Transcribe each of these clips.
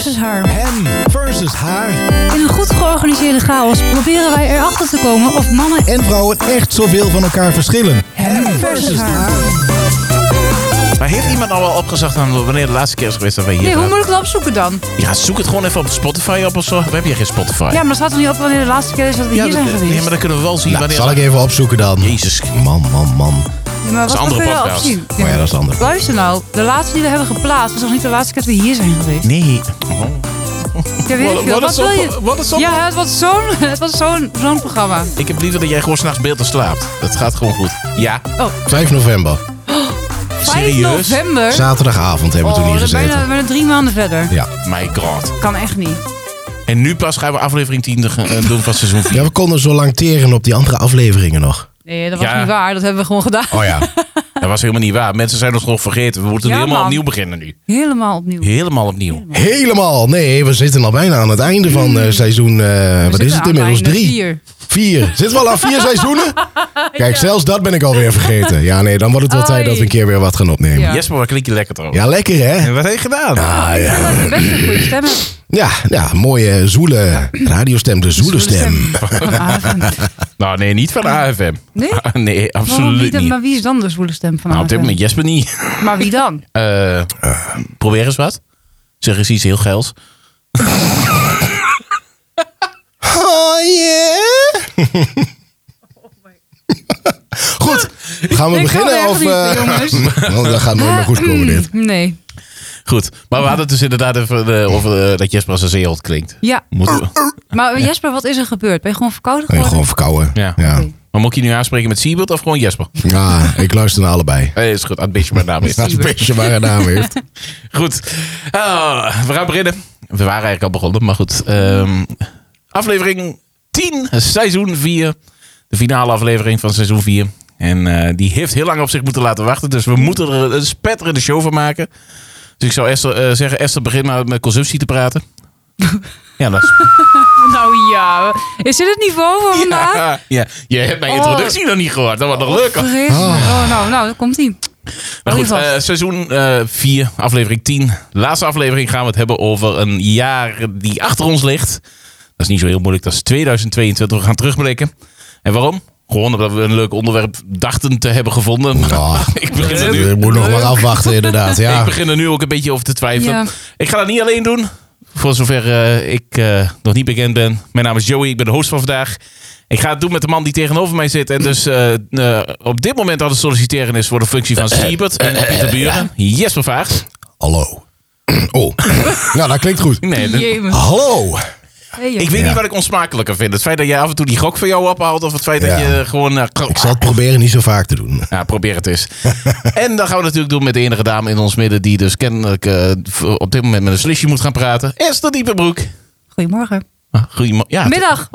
versus haar. Hem versus haar. In een goed georganiseerde chaos proberen wij erachter te komen of mannen En vrouwen echt zoveel van elkaar verschillen. hem versus haar. Maar heeft iemand al wel opgezocht aan wanneer de laatste keer is geweest dat wij hier Nee, hoe waren? moet ik dat opzoeken dan? Ja, zoek het gewoon even op Spotify op of zo. We hebben hier geen Spotify. Ja, maar staat er niet op wanneer de laatste keer is dat we hier zijn geweest? nee, maar dan kunnen we wel zien Nou, wanneer... zal ik even opzoeken dan. Jezus. Man. Ja, maar is een wat andere kun je podcast. afzien? Maar ja, dat is de andere. Luister nou, de laatste die we hebben geplaatst is nog niet de laatste keer dat we hier zijn geweest. Nee. Ja, weet ik veel. Wat wil je? Wat is op? Ja, het was zo'n programma. Ik heb liever dat jij gewoon 's nachts beelden slaapt. Dat gaat gewoon goed. Ja. 5 november. 5 Serieus? november? Zaterdagavond hebben we toen hier dat is gezeten. bijna 3 maanden verder. Ja. My god. Kan echt niet. En nu pas gaan we aflevering 10 doen van seizoen 4. Ja, we konden zo lang teren op die andere afleveringen nog. Nee, dat was Ja. niet waar. Dat hebben we gewoon gedaan. Oh ja. Dat was helemaal niet waar. Mensen zijn ons gewoon vergeten. We moeten Ja, helemaal man. opnieuw beginnen nu. Helemaal opnieuw. Helemaal opnieuw. Helemaal. Nee, we zitten al bijna aan het einde van seizoen... wat is het inmiddels? 3? 4. Zitten we al aan 4 seizoenen? Kijk, zelfs dat ben ik alweer vergeten. Ja, nee, dan wordt het wel tijd dat we een keer weer wat gaan opnemen. Ja. Jesper, wat klink je lekker trouwens. Ja, lekker hè? En wat heb je gedaan? Ah, ja. Dat is best een goede stem. Ja, mooie zoele radiostem, de zoele stem. Nou, nee, niet van AFM. Nee? Nee, Waarom absoluut niet. Maar wie is dan de zwoele stem van Nou, op dit AFM? moment Jesper niet. Maar wie dan? Probeer eens wat. Zeg eens iets heel geils. Oh yeah. Goed, gaan we Ik kan beginnen? echt Of, niet, jongens. want dat gaat nooit meer goed komen dit. Nee. Goed, maar we hadden het dus inderdaad even over dat Jesper als een zeehond klinkt. Ja. Moeten we... Maar Jesper, wat is er gebeurd? Ben je gewoon verkouden Ben je geworden? gewoon verkouden? Ja. Ja. Oké. Maar moet ik je nu aanspreken met Siebert of gewoon Jesper? Ja, ik luister naar allebei. Is goed, een beetje mijn naam is. Dat is een beetje waar een naam heeft. Goed, we gaan beginnen. We waren eigenlijk al begonnen, maar goed. Aflevering 10, seizoen 4. De finale aflevering van seizoen 4. En die heeft heel lang op zich moeten laten wachten. Dus we moeten er een spetterende show van maken. Dus ik zou Esther zeggen, Esther, begin maar met consumptie te praten. Ja, dat is... Nou ja, is dit het niveau voor vandaag? Ja, je hebt mijn introductie nog niet gehoord. Dat wordt nog leuk. Oh, nou, dat komt ie. Maar goed, Hou je vast. seizoen 4, aflevering 10. De laatste aflevering gaan we het hebben over een jaar die achter ons ligt. Dat is niet zo heel moeilijk, dat is 2022. We gaan terugblikken. En waarom? Gewoon omdat we een leuk onderwerp dachten te hebben gevonden. Maar ik begin er nu... Je moet nog maar afwachten inderdaad. Ja. Ik begin er nu ook een beetje over te twijfelen. Ja. Ik ga dat niet alleen doen. Voor zover ik nog niet bekend ben. Mijn naam is Joey, ik ben de host van vandaag. Ik ga het doen met de man die tegenover mij zit. En dus op dit moment aan het solliciteren is voor de functie van Siebert en Pieter Buren. Jesper Vaart. Hallo. Oh, nou dat klinkt goed. Nee, Jemig. Hallo. Hey, ik weet niet wat ik onsmakelijker vind. Het feit dat je af en toe die gok van jou ophaalt. Of het feit dat Ja. je gewoon... Ik zal het proberen niet zo vaak te doen. Ja, probeer het eens. En dan gaan we natuurlijk doen met de enige dame in ons midden. Die dus kennelijk op dit moment met een slisje moet gaan praten. Esther Diepenbroek. Goedemorgen. Goedemorgen. Ja, Middag.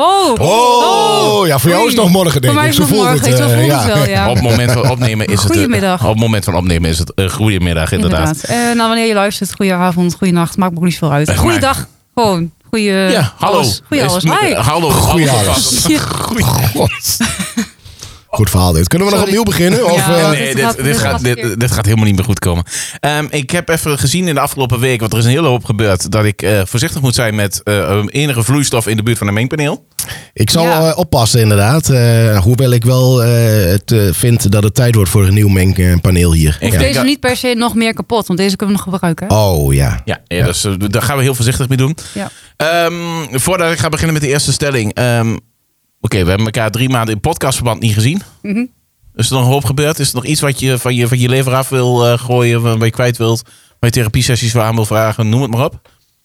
Oh, Ja, voor jou is het nog morgen denk Voor mij ik. is het nog morgen. Zo voelt het wel, ja. Op het moment van opnemen is het... Goedemiddag. Op het moment van opnemen is het goedemiddag, inderdaad. Nou, wanneer je luistert, goeie avond, goeie nacht, maakt me ook niet veel uit. Goeiedag. Gewoon. Goeie Ja, hallo. alles. Goeie alles. Hi. Hallo. Goeie alles. alles. Ja. God. Goed verhaal dit. Kunnen we nog Sorry. opnieuw beginnen? Of, Ja. Nee, Dit gaat dit gaat helemaal niet meer goed komen. Ik heb even gezien in de afgelopen week, want er is een hele hoop gebeurd, dat ik voorzichtig moet zijn met enige vloeistof in de buurt van een mengpaneel. Ik zal Ja. oppassen inderdaad. Hoewel ik wel vind dat het tijd wordt voor een nieuw mengpaneel hier. Ik Ja. denk- Deze niet per se nog meer kapot, want deze kunnen we nog gebruiken. Hè? Oh ja. Ja, dus daar gaan we heel voorzichtig mee doen. Ja. Voordat ik ga beginnen met de eerste stelling. Oké, we hebben elkaar 3 maanden in podcastverband niet gezien. Mhm. Is er nog een hoop gebeurd? Is er nog iets wat je van je lever af wil gooien, waar je kwijt wilt, waar je therapiesessies voor aan wil vragen? Noem het maar op.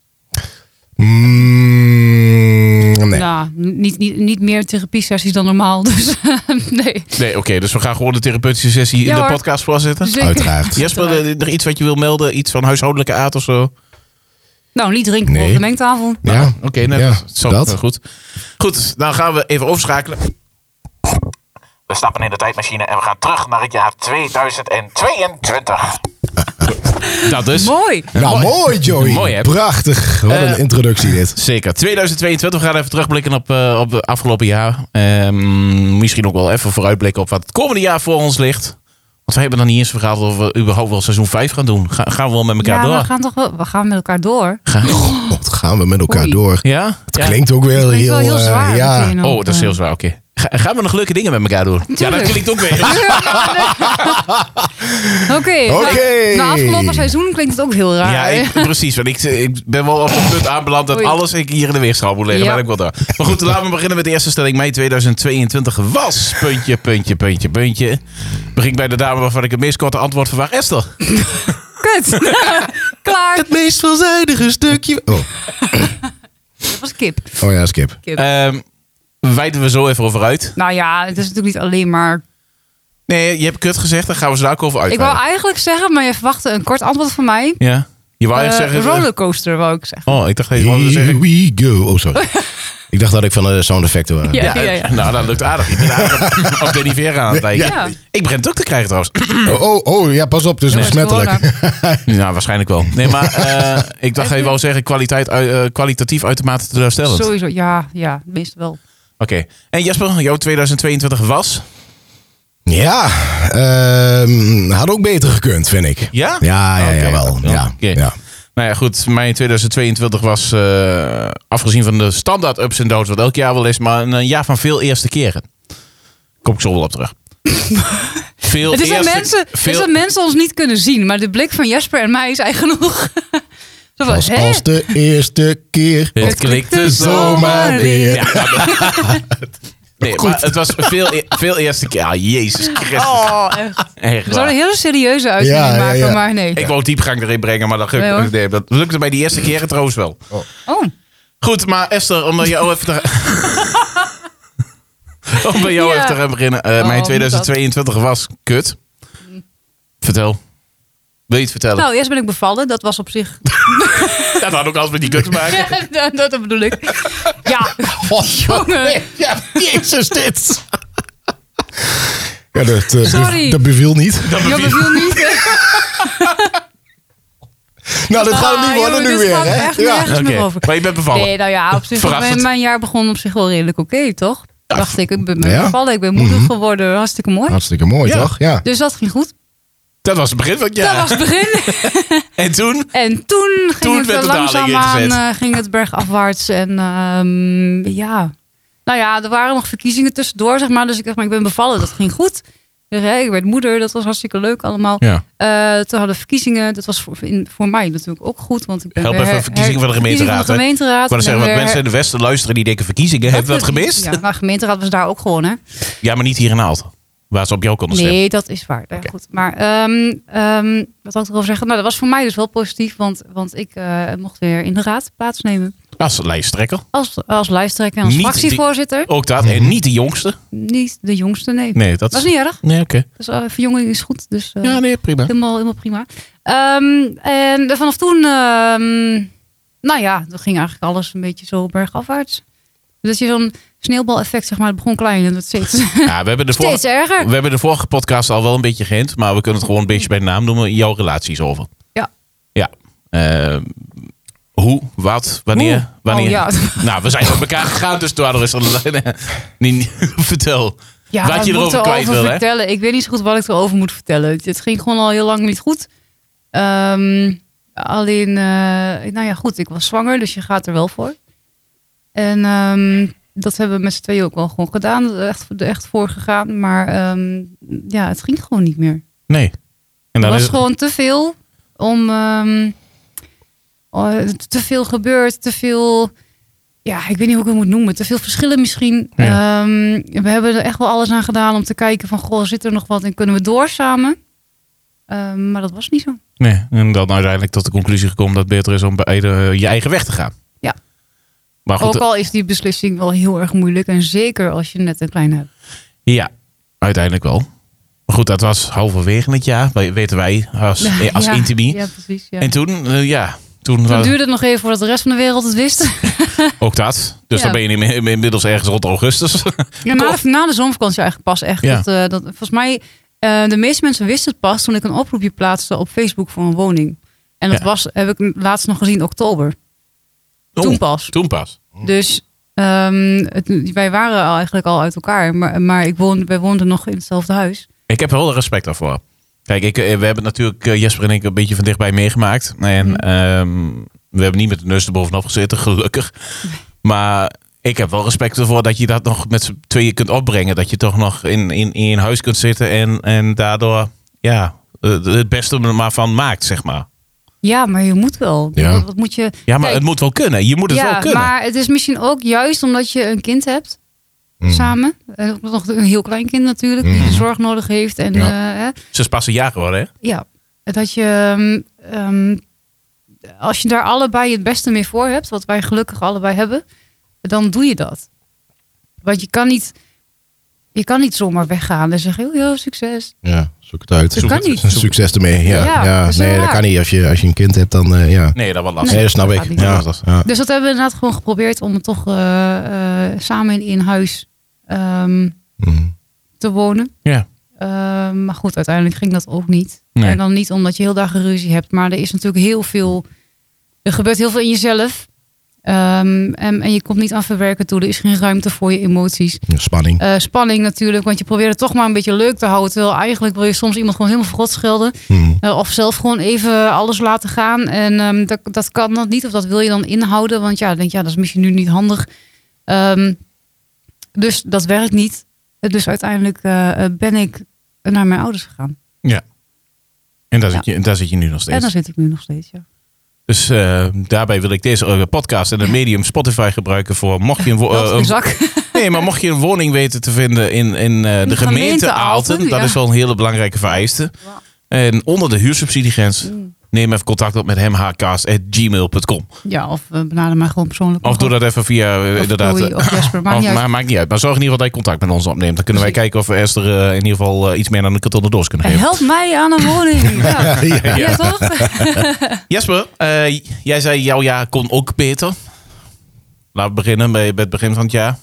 Nee. Nou, niet meer therapiesessies dan normaal, dus nee. Nee, oké, dus we gaan gewoon de therapeutische sessie in Ja, de hoor. podcast voorzetten. Zeker. Uiteraard. Jesper, nog iets wat je wil melden? Iets van huishoudelijke aard of zo? Nou, niet drinken Nee. over de mengtafel. Ja. Oké, Ja, dat. goed. Goed, dan gaan we even overschakelen. We stappen in de tijdmachine en we gaan terug naar het jaar 2022. Dat dus. Mooi. Nou, mooi Joey. Mooi, hè? Prachtig. Wat een introductie dit. Zeker. 2022. We gaan even terugblikken op het afgelopen jaar. Misschien ook wel even vooruitblikken op wat het komende jaar voor ons ligt. Want we hebben nog niet eens verhaald of we überhaupt wel seizoen 5 gaan doen. Gaan we wel met elkaar Ja, door? we gaan met elkaar door. god, gaan we met elkaar door. Ja? Het klinkt ook wel heel zwaar. ja. Oh, dat is heel zwaar, oké. Gaan we nog leuke dingen met elkaar doen? Ja, dat klinkt ook weer. Oké. Na afgelopen seizoen klinkt het ook heel raar. Ja, precies. Want ik ben wel op het punt aanbeland dat alles ik hier in de weegschaal moet leggen. Maar ik wil daar. Maar goed, laten we beginnen met de eerste stelling. Mei 2022 was... Puntje. Begin bij de dame waarvan ik het meest korte antwoord verwacht. Esther. Kut. Klaar. Het meest veelzijdige stukje. Oh. Dat was kip. Oh ja, skip. Wijden we zo even over uit. Nou ja, het is natuurlijk niet alleen maar... Nee, je hebt kut gezegd. Daar gaan we zo ook over uit. Ik wou eigenlijk zeggen, maar je verwachtte een kort antwoord van mij. Ja. Je wou echt zeggen... rollercoaster, wou ik zeggen. Oh, ik dacht dat je wou zeggen... Here we go. Oh, sorry. Ik dacht dat ik van de sound effecten was. Ja. Nou, dat lukt aardig. Ik ben aardig op Danny Vera aan het lijken. Ja. Ik begin het ook te krijgen trouwens. Oh, ja, pas op. Het is besmettelijk. Ja, waarschijnlijk wel. Nee, maar ik dacht dat je wou zeggen kwalitatief uitermate teleurstellend. Sowieso, ja, meestal wel. Oké. En Jesper, jouw 2022 was? Ja, had ook beter gekund, vind ik. Ja? Ja, wel. Ja. Nou ja, goed. Mijn 2022 was, afgezien van de standaard ups en downs, wat elk jaar wel is, maar een jaar van veel eerste keren. Kom ik zo wel op terug. Het is dat mensen ons niet kunnen zien, maar de blik van Jesper en mij is eigenlijk genoeg. Als de eerste keer. Het klikte zomaar weer. Ja, nee, maar het was veel eerste keer. Ah, Jezus Christus. Oh, echt. We zouden een hele serieuze uitzending maken, maar nee. Ik wou diepgang erin brengen, maar dat lukte bij die eerste keren trouwens wel. Oh. Goed, maar Esther, om bij jou even te... om bij jou even te gaan beginnen. Mijn 2022 was kut. Vertel. Wil je het vertellen? Nou, eerst ben ik bevallen. Dat was op zich... Dat had ook alles met die kut te maken. Dat bedoel ik. Ja. Oh, jongen. Ja, jezus dit. Ja, dat beviel niet. Dat beviel niet. Nou, dat gaat het niet worden nu weer, hè? Ja. Over. Maar je bent bevallen. Nee, nou ja, op zich mijn jaar begon op zich wel redelijk oké, toch? Dacht ik ben bevallen, ik ben moeder geworden. Hartstikke mooi. Hartstikke mooi, toch? Ja. Dus dat ging goed. Dat was het begin van het jaar. Dat was het begin. En toen? En toen ging het langzaamaan ging het bergafwaarts. En ja. Nou ja, er waren nog verkiezingen tussendoor, zeg maar. Dus ik dacht, maar ik ben bevallen. Dat ging goed. Dus, ik werd moeder. Dat was hartstikke leuk allemaal. Ja. Toen hadden we verkiezingen. Dat was voor mij natuurlijk ook goed. Want ik ben verkiezingen van de gemeenteraad. Ik wou zeggen, wat mensen in de Westen luisteren die denken verkiezingen. Hebben we dat gemist? Ja, maar gemeenteraad was daar ook gewoon, hè? Ja, maar niet hier in Aalten. Waar ze op jou konden stemmen. Nee, dat is waar. Okay. Goed. Maar wat wil ik erover zeggen? Nou, dat was voor mij dus wel positief. Want ik mocht weer in de raad plaatsnemen. Als lijsttrekker? Als lijsttrekker en als fractievoorzitter. Ook dat. En niet de jongste? Niet de jongste, nee. Nee, dat was niet erg. Nee, oké. Dus verjonging is goed. Dus, ja, nee, prima. Helemaal prima. En vanaf toen, nou ja, dan ging eigenlijk alles een beetje zo bergafwaarts. Dus je zo'n sneeuwbaleffect, zeg maar, het begon klein en dat steeds, steeds erger. We hebben de vorige podcast al wel een beetje gehint, maar we kunnen het gewoon een beetje bij de naam noemen. Jouw relaties over. Ja. Ja. Hoe, wat, wanneer? Oh, ja. Nou, we zijn op elkaar gegaan, dus daardoor is er niet vertel. Ja, wat je erover kwijt wil, vertellen. Hè? Ik weet niet zo goed wat ik erover moet vertellen. Het ging gewoon al heel lang niet goed. Alleen, nou ja, goed, ik was zwanger, dus je gaat er wel voor. En dat hebben we met z'n tweeën ook wel gewoon gedaan. Echt voor gegaan. Maar ja, het ging gewoon niet meer. Nee. En dan het was gewoon te veel om... te veel gebeurd, te veel... Ja, ik weet niet hoe ik het moet noemen. Te veel verschillen misschien. Ja. We hebben er echt wel alles aan gedaan om te kijken van... Goh, zit er nog wat en kunnen we door samen? Maar dat was niet zo. Nee, en dan uiteindelijk tot de conclusie gekomen... dat het beter is om bij je eigen weg te gaan. Ja. Maar goed, ook al is die beslissing wel heel erg moeilijk. En zeker als je net een klein hebt. Ja, uiteindelijk wel. Maar goed, dat was halverwege het jaar. Weten wij als intimie. Ja, precies. Ja. En toen, Toen duurde het nog even voordat de rest van de wereld het wist. Ook dat. Dus dan ben je inmiddels ergens rond augustus. Ja, na de zomervakantie eigenlijk pas echt. Ja. Dat, volgens mij, de meeste mensen wisten het pas toen ik een oproepje plaatste op Facebook voor een woning. En dat was, heb ik laatst nog gezien, oktober. Toen pas. Dus wij waren eigenlijk al uit elkaar. Maar wij woonden nog in hetzelfde huis. Ik heb er wel respect daarvoor. Kijk, we hebben natuurlijk Jesper en ik een beetje van dichtbij meegemaakt. En We hebben niet met de neus erbovenop gezeten, gelukkig. Maar ik heb wel respect ervoor dat je dat nog met z'n tweeën kunt opbrengen. Dat je toch nog in huis kunt zitten en daardoor het beste er maar van maakt, zeg maar. Ja, maar je moet wel. Ja. Wat moet je... Ja, maar het moet wel kunnen. Je moet het wel kunnen. Maar het is misschien ook juist omdat je een kind hebt. Samen. Nog een heel klein kind natuurlijk. Die zorg nodig heeft. En, Ze is pas een jaar geworden, hè? Ja. Dat je... als je daar allebei het beste mee voor hebt. Wat wij gelukkig allebei hebben. Dan doe je dat. Want je kan niet zomaar weggaan en zeggen, ja, succes. Ja, zoek het uit. Dat kan niet. Succes ermee. Nee, dat kan niet. Als je een kind hebt, dan Nee, dat was lastig. Nee, dat snap ik. Ja. Dus dat hebben we inderdaad gewoon geprobeerd om toch samen in huis te wonen. Ja. Maar goed, uiteindelijk ging dat ook niet. Nee. En dan niet omdat je heel dagen ruzie hebt, maar er is natuurlijk heel veel. Er gebeurt heel veel in jezelf. En je komt niet aan verwerken toe. Er is geen ruimte voor je emoties. Spanning. Spanning natuurlijk, want je probeert het toch maar een beetje leuk te houden. Terwijl eigenlijk wil je soms iemand gewoon helemaal verrot schelden. Of zelf gewoon even alles laten gaan. En dat kan dan niet, of dat wil je dan inhouden. Want ja, dan denk je, dat is misschien nu niet handig. Dus dat werkt niet. Dus uiteindelijk ben ik naar mijn ouders gegaan. Ja. En daar zit je nu nog steeds. En daar zit ik nu nog steeds, ja. Dus daarbij wil ik deze podcast en het medium Spotify gebruiken voor mocht je mocht je een woning weten te vinden in de gemeente Aalten. Dat is wel een hele belangrijke vereiste. Wow. En onder de huursubsidiegrens. Neem even contact op met hemhaakcast@gmail.com. Ja, of benader mij gewoon persoonlijk. Of doe dat even via inderdaad. Of Jesper, maakt niet uit. Maar zorg in ieder geval dat je contact met ons opneemt. Dan kunnen wij kijken of we Esther in ieder geval iets meer aan de kartonnen doos kunnen geven. Help mij aan een woning. Ja, toch? Jesper, jij zei jouw jaar kon ook beter. Laten we beginnen bij het begin van het jaar.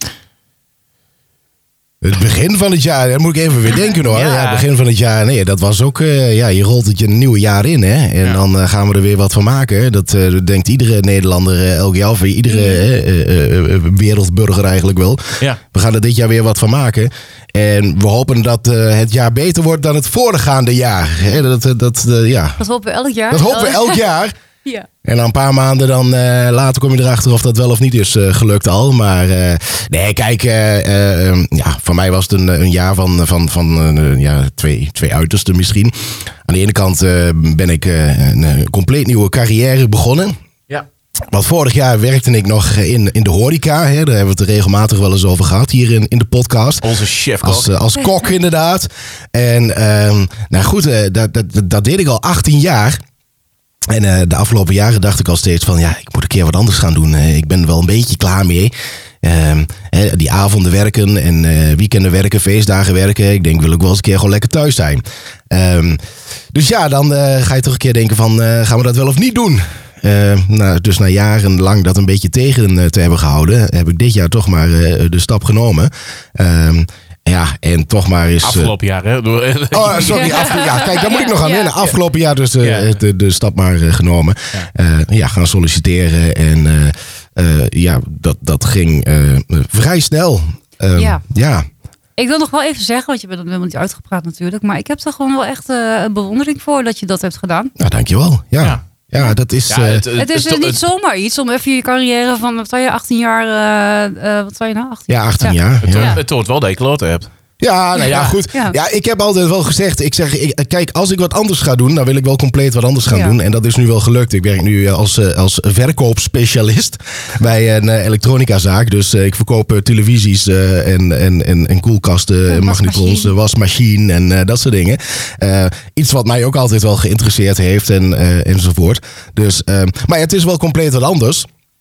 Het begin van het jaar, daar moet ik even weer denken hoor. Ja, het begin van het jaar, nee, dat was ook, je rolt het je een nieuwe jaar in hè. En dan gaan we er weer wat van maken. Dat denkt iedere Nederlander elk jaar, of iedere wereldburger eigenlijk wel. Ja. We gaan er dit jaar weer wat van maken. En we hopen dat het jaar beter wordt dan het voorgaande jaar. Dat hopen we elk jaar. Dat hopen we elk jaar. Ja. En na een paar maanden dan later kom je erachter of dat wel of niet is gelukt al. Maar nee, kijk, voor mij was het een jaar van twee uitersten misschien. Aan de ene kant ben ik een compleet nieuwe carrière begonnen. Ja. Want vorig jaar werkte ik nog in de horeca. Hè. Daar hebben we het er regelmatig wel eens over gehad hier in de podcast. Onze chef-kok. Als kok inderdaad. En dat deed ik al 18 jaar. En de afgelopen jaren dacht ik al steeds van, ik moet een keer wat anders gaan doen. Ik ben er wel een beetje klaar mee. Die avonden werken en weekenden werken, feestdagen werken. Ik denk, wil ik wel eens een keer gewoon lekker thuis zijn. Dus dan ga je toch een keer denken van, gaan we dat wel of niet doen? Dus na jarenlang dat een beetje tegen te hebben gehouden, heb ik dit jaar toch maar de stap genomen. En toch maar eens... Afgelopen jaar, hè? Sorry. Kijk, daar moet ik nog aan wennen. Afgelopen jaar dus de stap maar genomen. Gaan solliciteren. En dat ging vrij snel. Ik wil nog wel even zeggen, want je bent er helemaal niet uitgepraat natuurlijk. Maar ik heb er gewoon wel echt bewondering voor dat je dat hebt gedaan. Nou, dankjewel. Ja, dat is... het is niet zomaar iets om even je carrière van, 18 jaar... wat zei je nou? 18 jaar? 18 jaar. Het toont wel dat je kloten hebt. Ja, goed. Ja, ik heb altijd wel gezegd, kijk, als ik wat anders ga doen, dan wil ik wel compleet wat anders gaan doen. En dat is nu wel gelukt. Ik werk nu als verkoopspecialist bij een elektronicazaak. Dus ik verkoop televisies en koelkasten, magnetons, wasmachine en dat soort dingen. Iets wat mij ook altijd wel geïnteresseerd heeft enzovoort. Dus, maar het is wel compleet wat anders.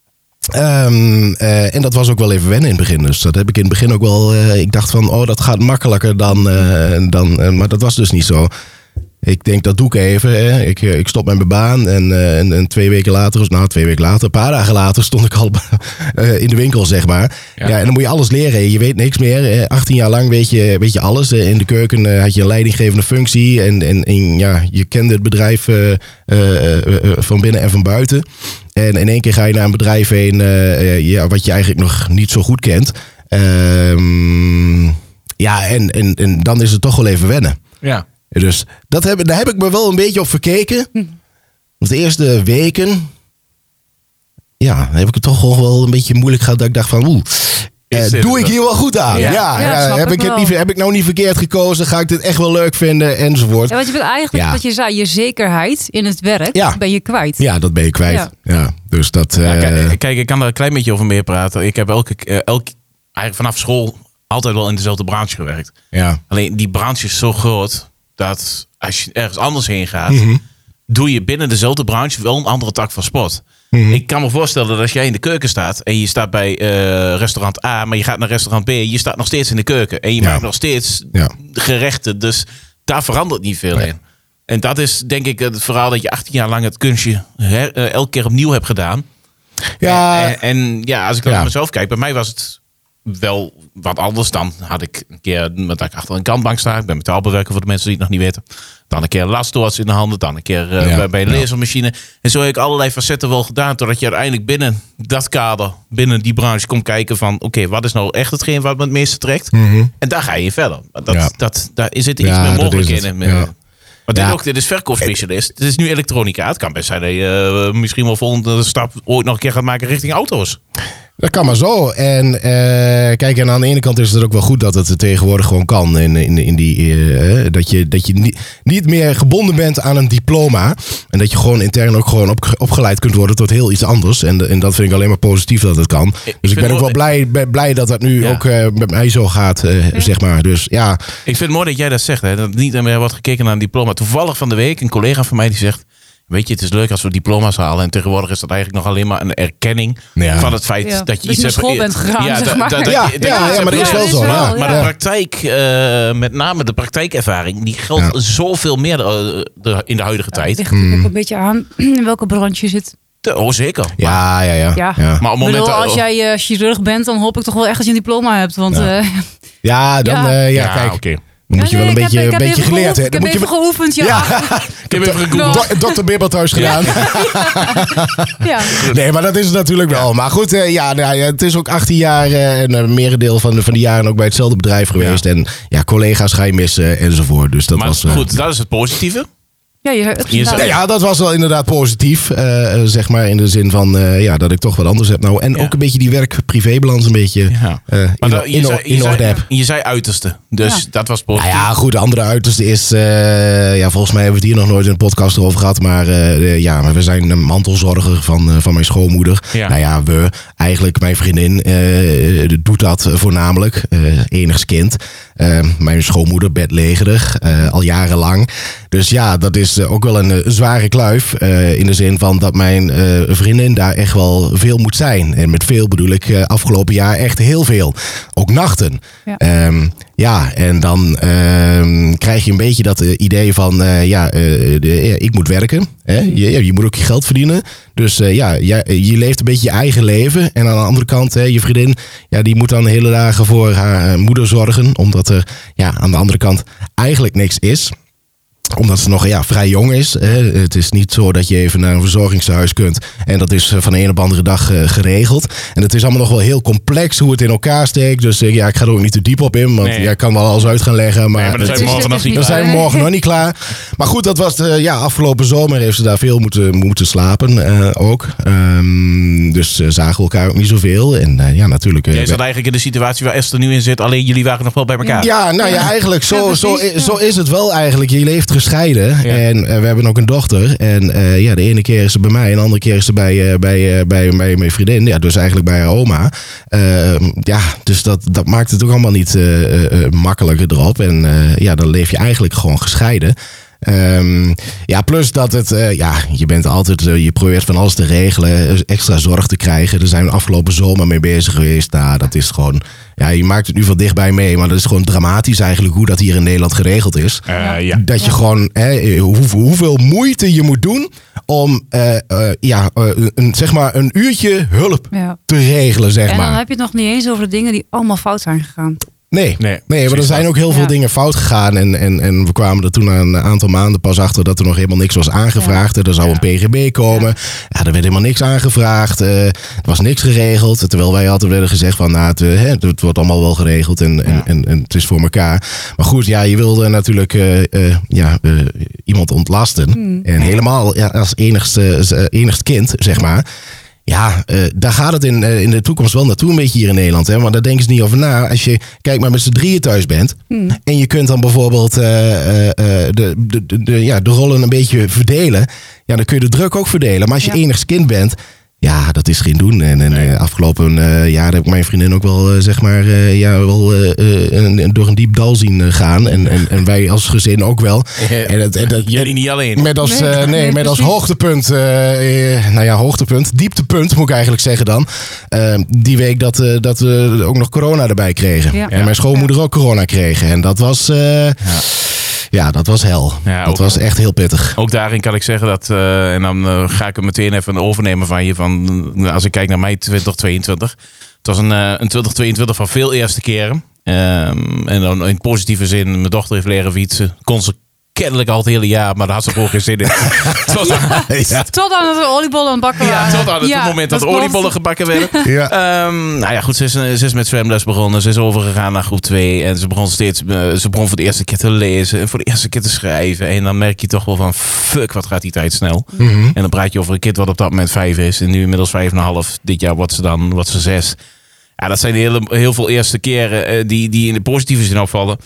En dat was ook wel even wennen in het begin. Dus dat heb ik in het begin ook wel... ik dacht van, dat gaat makkelijker dan... maar dat was dus niet zo. Ik denk, dat doe ik even. Ik stop met mijn baan. En 2 weken later, een paar dagen later... stond ik al in de winkel, zeg maar. Ja, en dan moet je alles leren. Je weet niks meer. 18 jaar lang weet je alles. In de keuken had je een leidinggevende functie. En je kende het bedrijf van binnen en van buiten. En in één keer ga je naar een bedrijf heen... wat je eigenlijk nog niet zo goed kent. En dan is het toch wel even wennen. Ja. Dus daar heb ik me wel een beetje op verkeken. Want de eerste weken ja, heb ik het toch wel een beetje moeilijk gehad. Dat ik dacht van, doe ik hier wel goed aan? Ja, heb ik nou niet verkeerd gekozen? Ga ik dit echt wel leuk vinden? Enzovoort. Ja, want je bent eigenlijk, wat je zei, je zekerheid in het werk ben je kwijt. Ja, dat ben je kwijt. Ja, dus dat... Kijk, ik kan er een klein beetje over meer praten. Ik heb eigenlijk vanaf school altijd wel in dezelfde branche gewerkt. Ja. Alleen die branche is zo groot dat als je ergens anders heen gaat, doe je binnen dezelfde branche wel een andere tak van sport. Ik kan me voorstellen dat als jij in de keuken staat en je staat bij restaurant A, maar je gaat naar restaurant B, je staat nog steeds in de keuken en je maakt nog steeds gerechten. Dus daar verandert niet veel in. En dat is denk ik het verhaal dat je 18 jaar lang het kunstje elke keer opnieuw hebt gedaan. Ja. En als ik naar mezelf kijk, bij mij was het wel wat anders. Dan had ik een keer dat ik achter een kantbank sta. Ik ben metaalbewerker voor de mensen die het nog niet weten. Dan een keer lastoorts in de handen. Dan een keer bij een lasermachine. En zo heb ik allerlei facetten wel gedaan. Totdat je uiteindelijk binnen dat kader, binnen die branche komt kijken van oké, wat is nou echt hetgeen wat me het meeste trekt? En daar ga je verder. Daar zit iets meer mogelijk in. Maar dit is verkoopspecialist. Het is nu elektronica. Het kan best zijn dat je misschien wel volgende stap ooit nog een keer gaat maken richting auto's. Dat kan maar zo. En kijk, en aan de ene kant is het ook wel goed dat het tegenwoordig gewoon kan. In die, dat je niet meer gebonden bent aan een diploma. En dat je gewoon intern ook gewoon opgeleid kunt worden tot heel iets anders. En dat vind ik alleen maar positief dat het kan. Dus ik ben ook wel blij dat dat nu ook met mij zo gaat, zeg maar. Dus ja. Ik vind het mooi dat jij dat zegt. Hè? Dat niet meer wordt gekeken naar een diploma. Toevallig van de week een collega van mij die zegt, weet je, het is leuk als we diploma's halen. En tegenwoordig is dat eigenlijk nog alleen maar een erkenning van het feit dat je iets naar school bent gegaan, zeg maar. Maar dat is wel zo. Maar de praktijk, met name de praktijkervaring, die geldt zoveel meer in de huidige tijd. Het ligt ook een beetje aan in welke branche je zit. Zeker. Ja. Maar op moment als jij chirurg bent, dan hoop ik toch wel echt dat je een diploma hebt. Want, kijk. Okay. Dan moet je wel een beetje geleerd hebben. Ik heb even geoefend, Ik heb even gegoogeld. Dr. Bibberthuis gedaan. Nee, maar dat is het natuurlijk wel. Maar goed, het is ook 18 jaar en een merendeel van die jaren ook bij hetzelfde bedrijf geweest. En collega's ga je missen enzovoort. Dus dat was goed, dat is het positieve. Dat was wel inderdaad positief. Zeg maar in de zin van dat ik toch wat anders heb nou. En ook een beetje die werk-privébalans een beetje in orde heb. Je zei uiterste, dus dat was positief. Nou ja, goed, de andere uiterste is... volgens mij hebben we het hier nog nooit in de podcast erover gehad. Maar we zijn een mantelzorger van mijn schoonmoeder. Ja. Nou ja, eigenlijk mijn vriendin doet dat voornamelijk. Enigs kind. Mijn schoonmoeder bedlegerig, al jarenlang. Dus ja, dat is ook wel een zware kluif. In de zin van dat mijn vriendin daar echt wel veel moet zijn. En met veel bedoel ik afgelopen jaar echt heel veel. Ook nachten. Ja. En dan krijg je een beetje dat idee van... ik moet werken. Hè? Je moet ook je geld verdienen. Dus je leeft een beetje je eigen leven. En aan de andere kant, je vriendin... die moet dan de hele dagen voor haar moeder zorgen. Omdat er aan de andere kant eigenlijk niks is. Omdat ze nog vrij jong is. Het is niet zo dat je even naar een verzorgingshuis kunt. En dat is van de een op andere dag geregeld. En het is allemaal nog wel heel complex hoe het in elkaar steekt. Dus ik ga er ook niet te diep op in. Want ik kan wel alles uit gaan leggen. Maar dan zijn we morgen nog niet klaar. Maar goed, dat was afgelopen zomer heeft ze daar veel moeten slapen ook. Dus zagen elkaar ook niet zoveel. En natuurlijk... Jij zat eigenlijk in de situatie waar Esther nu in zit. Alleen jullie waren nog wel bij elkaar. Ja, eigenlijk zo is het wel eigenlijk. Je leeft gescheiden. Ja. En we hebben ook een dochter. En de ene keer is ze bij mij en de andere keer is ze bij mijn vriendin. Ja, dus eigenlijk bij haar oma. Dus dat maakt het ook allemaal niet makkelijker erop. En dan leef je eigenlijk gewoon gescheiden. Plus dat het, je bent altijd, je probeert van alles te regelen, extra zorg te krijgen. Daar zijn we afgelopen zomer mee bezig geweest. Nou, dat is gewoon, je maakt het nu van dichtbij mee, maar dat is gewoon dramatisch eigenlijk hoe dat hier in Nederland geregeld is. Dat je gewoon, hoeveel moeite je moet doen om, een uurtje hulp te regelen, zeg maar. En dan heb je het nog niet eens over de dingen die allemaal fout zijn gegaan. Nee, maar er zijn ook heel veel dingen fout gegaan. En we kwamen er toen na een aantal maanden pas achter dat er nog helemaal niks was aangevraagd. Er zou een PGB komen. Ja, er werd helemaal niks aangevraagd. Er was niks geregeld. Terwijl wij altijd werden gezegd van het wordt allemaal wel geregeld en het is voor elkaar. Maar goed, je wilde natuurlijk iemand ontlasten. En helemaal als enigst kind, zeg maar. Ja, daar gaat het in de toekomst wel naartoe een beetje hier in Nederland. Hè? Maar daar denken ze niet over na. Als je, kijk maar, met z'n drieën thuis bent. En je kunt dan bijvoorbeeld de rollen een beetje verdelen. Ja, dan kun je de druk ook verdelen. Maar als je enigst kind bent... Ja, dat is geen doen. En afgelopen jaar heb ik mijn vriendin ook wel, door een diep dal zien gaan. En wij als gezin ook wel. Jullie niet alleen. Met als hoogtepunt, dieptepunt moet ik eigenlijk zeggen dan. Die week dat we ook nog corona erbij kregen. Ja. En mijn schoonmoeder ook corona kregen. En dat was... Ja, dat was hel. Ja, dat was echt heel pittig. Ook daarin kan ik zeggen dat... en dan ga ik hem meteen even overnemen van je. Als ik kijk naar mij 2022. Het was een 2022 van veel eerste keren. En dan in positieve zin. Mijn dochter heeft leren fietsen. Kon ze kennelijk al het hele jaar. Maar daar had ze gewoon geen zin in. Tot aan het oliebollen aan bakken waren. Ja, tot aan het moment dat de oliebollen gebakken werden. Ja. Goed, ze is met zwemles begonnen. Ze is overgegaan naar groep 2. En ze begon voor de eerste keer te lezen. En voor de eerste keer te schrijven. En dan merk je toch wel van... Fuck, wat gaat die tijd snel. Mm-hmm. En dan praat je over een kind wat op dat moment 5 is. En nu inmiddels 5,5. Dit jaar wordt ze 6. Ja, dat zijn heel veel eerste keren die in de positieve zin opvallen.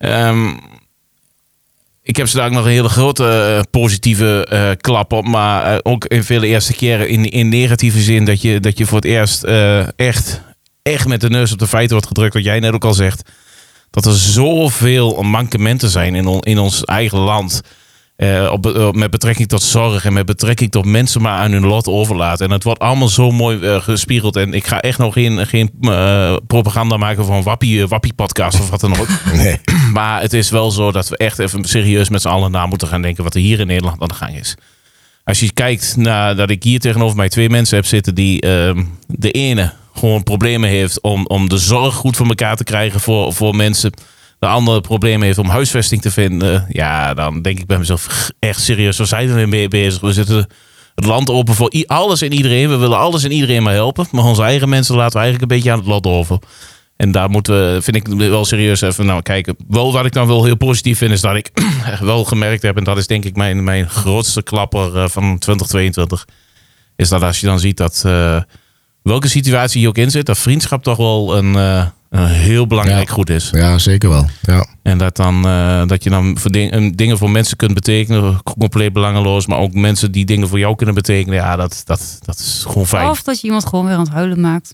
Ik heb ze daar ook nog een hele grote positieve klap op. Maar ook in vele eerste keren in negatieve zin. Dat je voor het eerst echt met de neus op de feiten wordt gedrukt. Wat jij net ook al zegt. Dat er zoveel mankementen zijn in ons eigen land. Met betrekking tot zorg en met betrekking tot mensen maar aan hun lot overlaten. En het wordt allemaal zo mooi gespiegeld. En ik ga echt nog geen propaganda maken van Wappie podcast of wat dan ook. Nee. Maar het is wel zo dat we echt even serieus met z'n allen na moeten gaan denken wat er hier in Nederland aan de gang is. Als je kijkt naar dat ik hier tegenover mij 2 mensen heb zitten die de ene gewoon problemen heeft om de zorg goed voor elkaar te krijgen voor mensen. De andere probleem heeft om huisvesting te vinden. Ja, dan denk ik bij mezelf echt serieus. Waar zijn we mee bezig? We zetten het land open voor alles en iedereen. We willen alles en iedereen maar helpen. Maar onze eigen mensen laten we eigenlijk een beetje aan het lot over. En daar vind ik wel serieus even kijken. Wel wat ik dan wel heel positief vind is dat ik wel gemerkt heb. En dat is denk ik mijn grootste klapper van 2022. Is dat als je dan ziet dat welke situatie je ook in zit. Dat vriendschap toch wel een heel belangrijk goed is. Ja, zeker wel. Ja. En dat je dan voor dingen voor mensen kunt betekenen. Compleet belangeloos. Maar ook mensen die dingen voor jou kunnen betekenen. Ja, dat is gewoon fijn. Of dat je iemand gewoon weer aan het huilen maakt.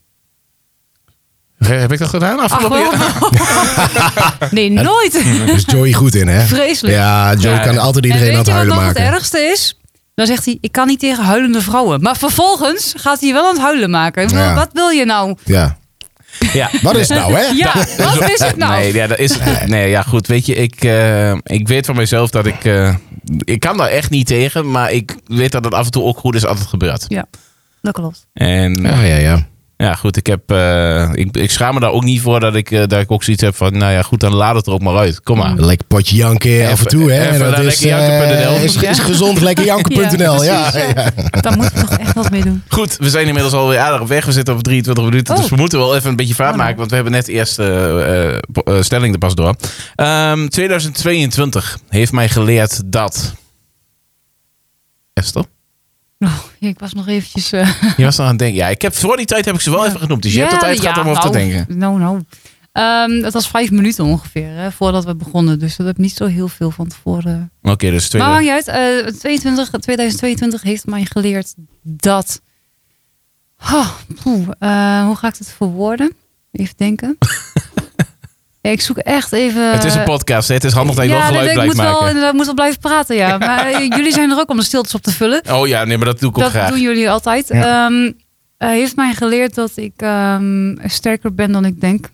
Heb ik dat gedaan afgelopen jaar? Nee, nooit. Daar is Joey goed in, hè? Vreselijk. Ja, Joey kan altijd iedereen aan het huilen maken. Weet je wat nog het ergste is? Dan zegt hij, ik kan niet tegen huilende vrouwen. Maar vervolgens gaat hij wel aan het huilen maken. Wat wil je nou? Ja. Ja. Wat is het nou, hè? Ja, wat is het nou? Nee, ja, dat is het. Nee, ja, goed. Weet je, ik weet van mezelf dat ik kan daar echt niet tegen. Maar ik weet dat het af en toe ook goed is als het gebeurt. Ja, dat klopt. En, ja. Ja, goed. Ik schaam me daar ook niet voor dat ik ook zoiets heb van, nou ja, goed, dan laat het er ook maar uit. Kom maar. Lekker potje janken af en toe, hè? Even dat is lekkerjanken.nl. Is gezond, lekkerjanken.nl. Ja. Daar moet je toch echt wat mee doen. Goed, we zijn inmiddels alweer aardig op weg. We zitten op 23 minuten, dus we moeten wel even een beetje vaart maken, want we hebben net de eerste stelling er pas door. 2022 heeft mij geleerd dat... Esther? Oh, ik was nog eventjes... Je was nog aan het denken. Ja, voor die tijd heb ik ze wel even genoemd. Dus je hebt de tijd gehad om over te denken. Het was 5 minuten ongeveer, hè, voordat we begonnen. Dus dat heb ik niet zo heel veel van tevoren. Oké, dus Maar maakt niet uit. 2022 heeft mij geleerd dat... hoe ga ik het verwoorden? Even denken. Ik zoek echt even... Het is een podcast, hè? Het is handig dat je wel geluid blijft maken. Ja, ik moet wel blijven praten, ja. Maar jullie zijn er ook om de stiltes op te vullen. Oh ja, nee, maar dat doe ik ook graag. Dat doen jullie altijd. Ja. Heeft mij geleerd dat ik sterker ben dan ik denk.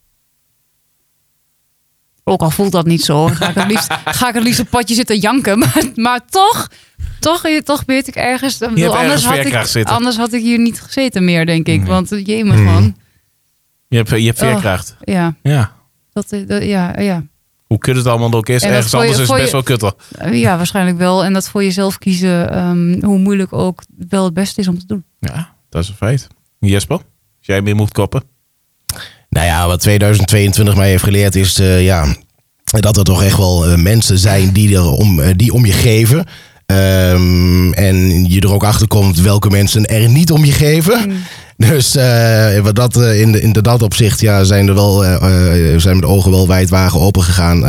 Ook al voelt dat niet zo. Ga ik het liefst op potje zitten janken. Maar toch weet ik ergens... Anders had ik hier niet gezeten meer, denk ik. Want jemig man. Je hebt veerkracht. Ja. Ja. Hoe kut het allemaal ook is. Ergens anders is het best wel kutter. Ja, waarschijnlijk wel. En dat voor jezelf kiezen, hoe moeilijk ook, wel het beste is om te doen. Ja, dat is een feit. Jesper, als jij meer moet koppen? Nou ja, wat 2022 mij heeft geleerd is dat er toch echt wel mensen zijn die om je geven. En je er ook achter komt welke mensen er niet om je geven. Dus in dat opzicht zijn er wel zijn de ogen wel wijdwagen open gegaan.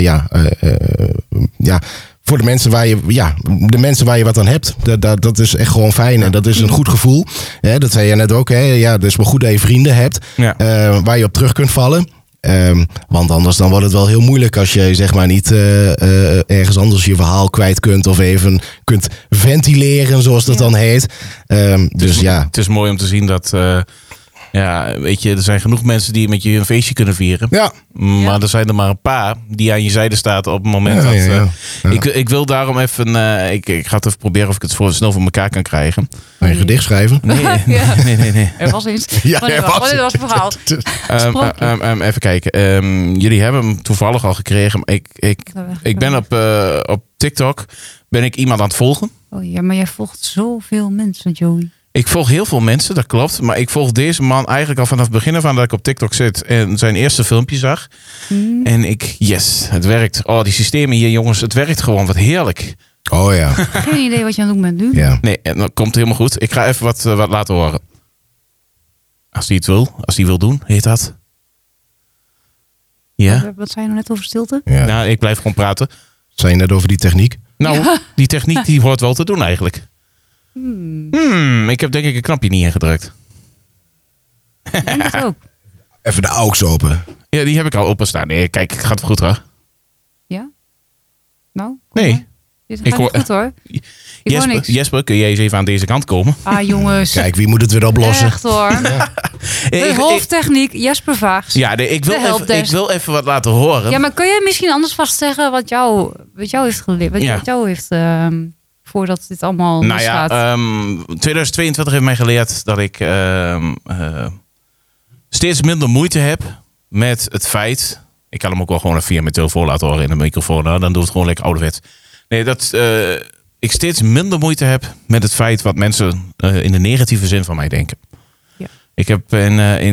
Voor de mensen waar je wat aan hebt. Dat is echt gewoon fijn. En dat is een goed gevoel. Dat zei je net ook. Het is maar goed dat je vrienden hebt. Ja. Waar je op terug kunt vallen. Want anders dan wordt het wel heel moeilijk als je zeg maar niet ergens anders je verhaal kwijt kunt. Of even kunt ventileren zoals dat dan heet. Het is mooi om te zien dat... weet je, er zijn genoeg mensen die met je een feestje kunnen vieren. Ja. Maar er zijn er maar een paar die aan je zijde staat op het moment dat... Ik wil daarom even... ik ga het even proberen of ik het snel voor elkaar kan krijgen. Een gedicht schrijven? Nee. Er was iets. Dit was het verhaal. Even kijken. Jullie hebben hem toevallig al gekregen. Ik ben op TikTok ben ik iemand aan het volgen. Oh ja, maar jij volgt zoveel mensen, Joey. Ik volg heel veel mensen, dat klopt. Maar ik volg deze man eigenlijk al vanaf het begin af aan dat ik op TikTok zit. En zijn eerste filmpje zag. En het werkt. Oh, die systemen hier, jongens, het werkt gewoon. Wat heerlijk. Oh ja. Geen idee wat je aan het doen bent nu. Ja. Nee, dat komt helemaal goed. Ik ga even wat laten horen. Als hij het wil. Als hij wil doen, heet dat. Ja. Wat zei je nou net over stilte? Ja. Nou, ik blijf gewoon praten. Zei je net over die techniek? Nou, die techniek die hoort wel te doen eigenlijk. Ik heb denk ik een knopje niet ingedrukt. Ik denk het ook. Even de aux open. Ja, die heb ik al openstaan. Nee, kijk, het gaat goed hoor. Ja? Nou? Nee. Dit gaat goed hoor. Jesper, kun jij eens even aan deze kant komen? Ah jongens. Kijk, wie moet het weer oplossen? Echt hoor. De hoofdtechniek, Jesper Vaags. Ja, ik wil even wat laten horen. Ja, maar kun jij misschien anders vast zeggen wat jou heeft geleerd? Wat jou heeft... voordat dit allemaal misgaat. 2022 heeft mij geleerd dat ik steeds minder moeite heb met het feit... Ik kan hem ook wel gewoon via mijn telefoon laten horen in de microfoon. Dan doe het gewoon lekker ouderwets. Nee, dat ik steeds minder moeite heb met het feit wat mensen in de negatieve zin van mij denken. Ja. Ik heb in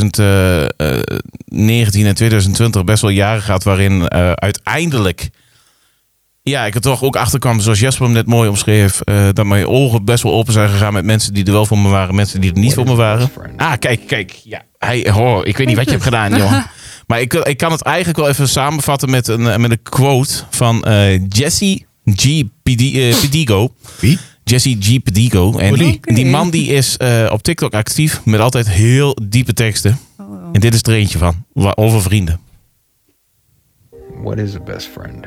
2019 en 2020 best wel jaren gehad waarin uiteindelijk... Ja, ik er toch ook achter kwam, zoals Jesper hem net mooi omschreef, dat mijn ogen best wel open zijn gegaan met mensen die er wel voor me waren, mensen die er niet voor me waren. Ah, kijk. Ja, ik weet niet wat je hebt gedaan, jongen. Maar ik kan het eigenlijk wel even samenvatten met een quote van Jesse G. Pedigo. Wie? Jesse G. Pedigo. En die man die is op TikTok actief met altijd heel diepe teksten. En dit is er eentje van, over vrienden. What is a best friend?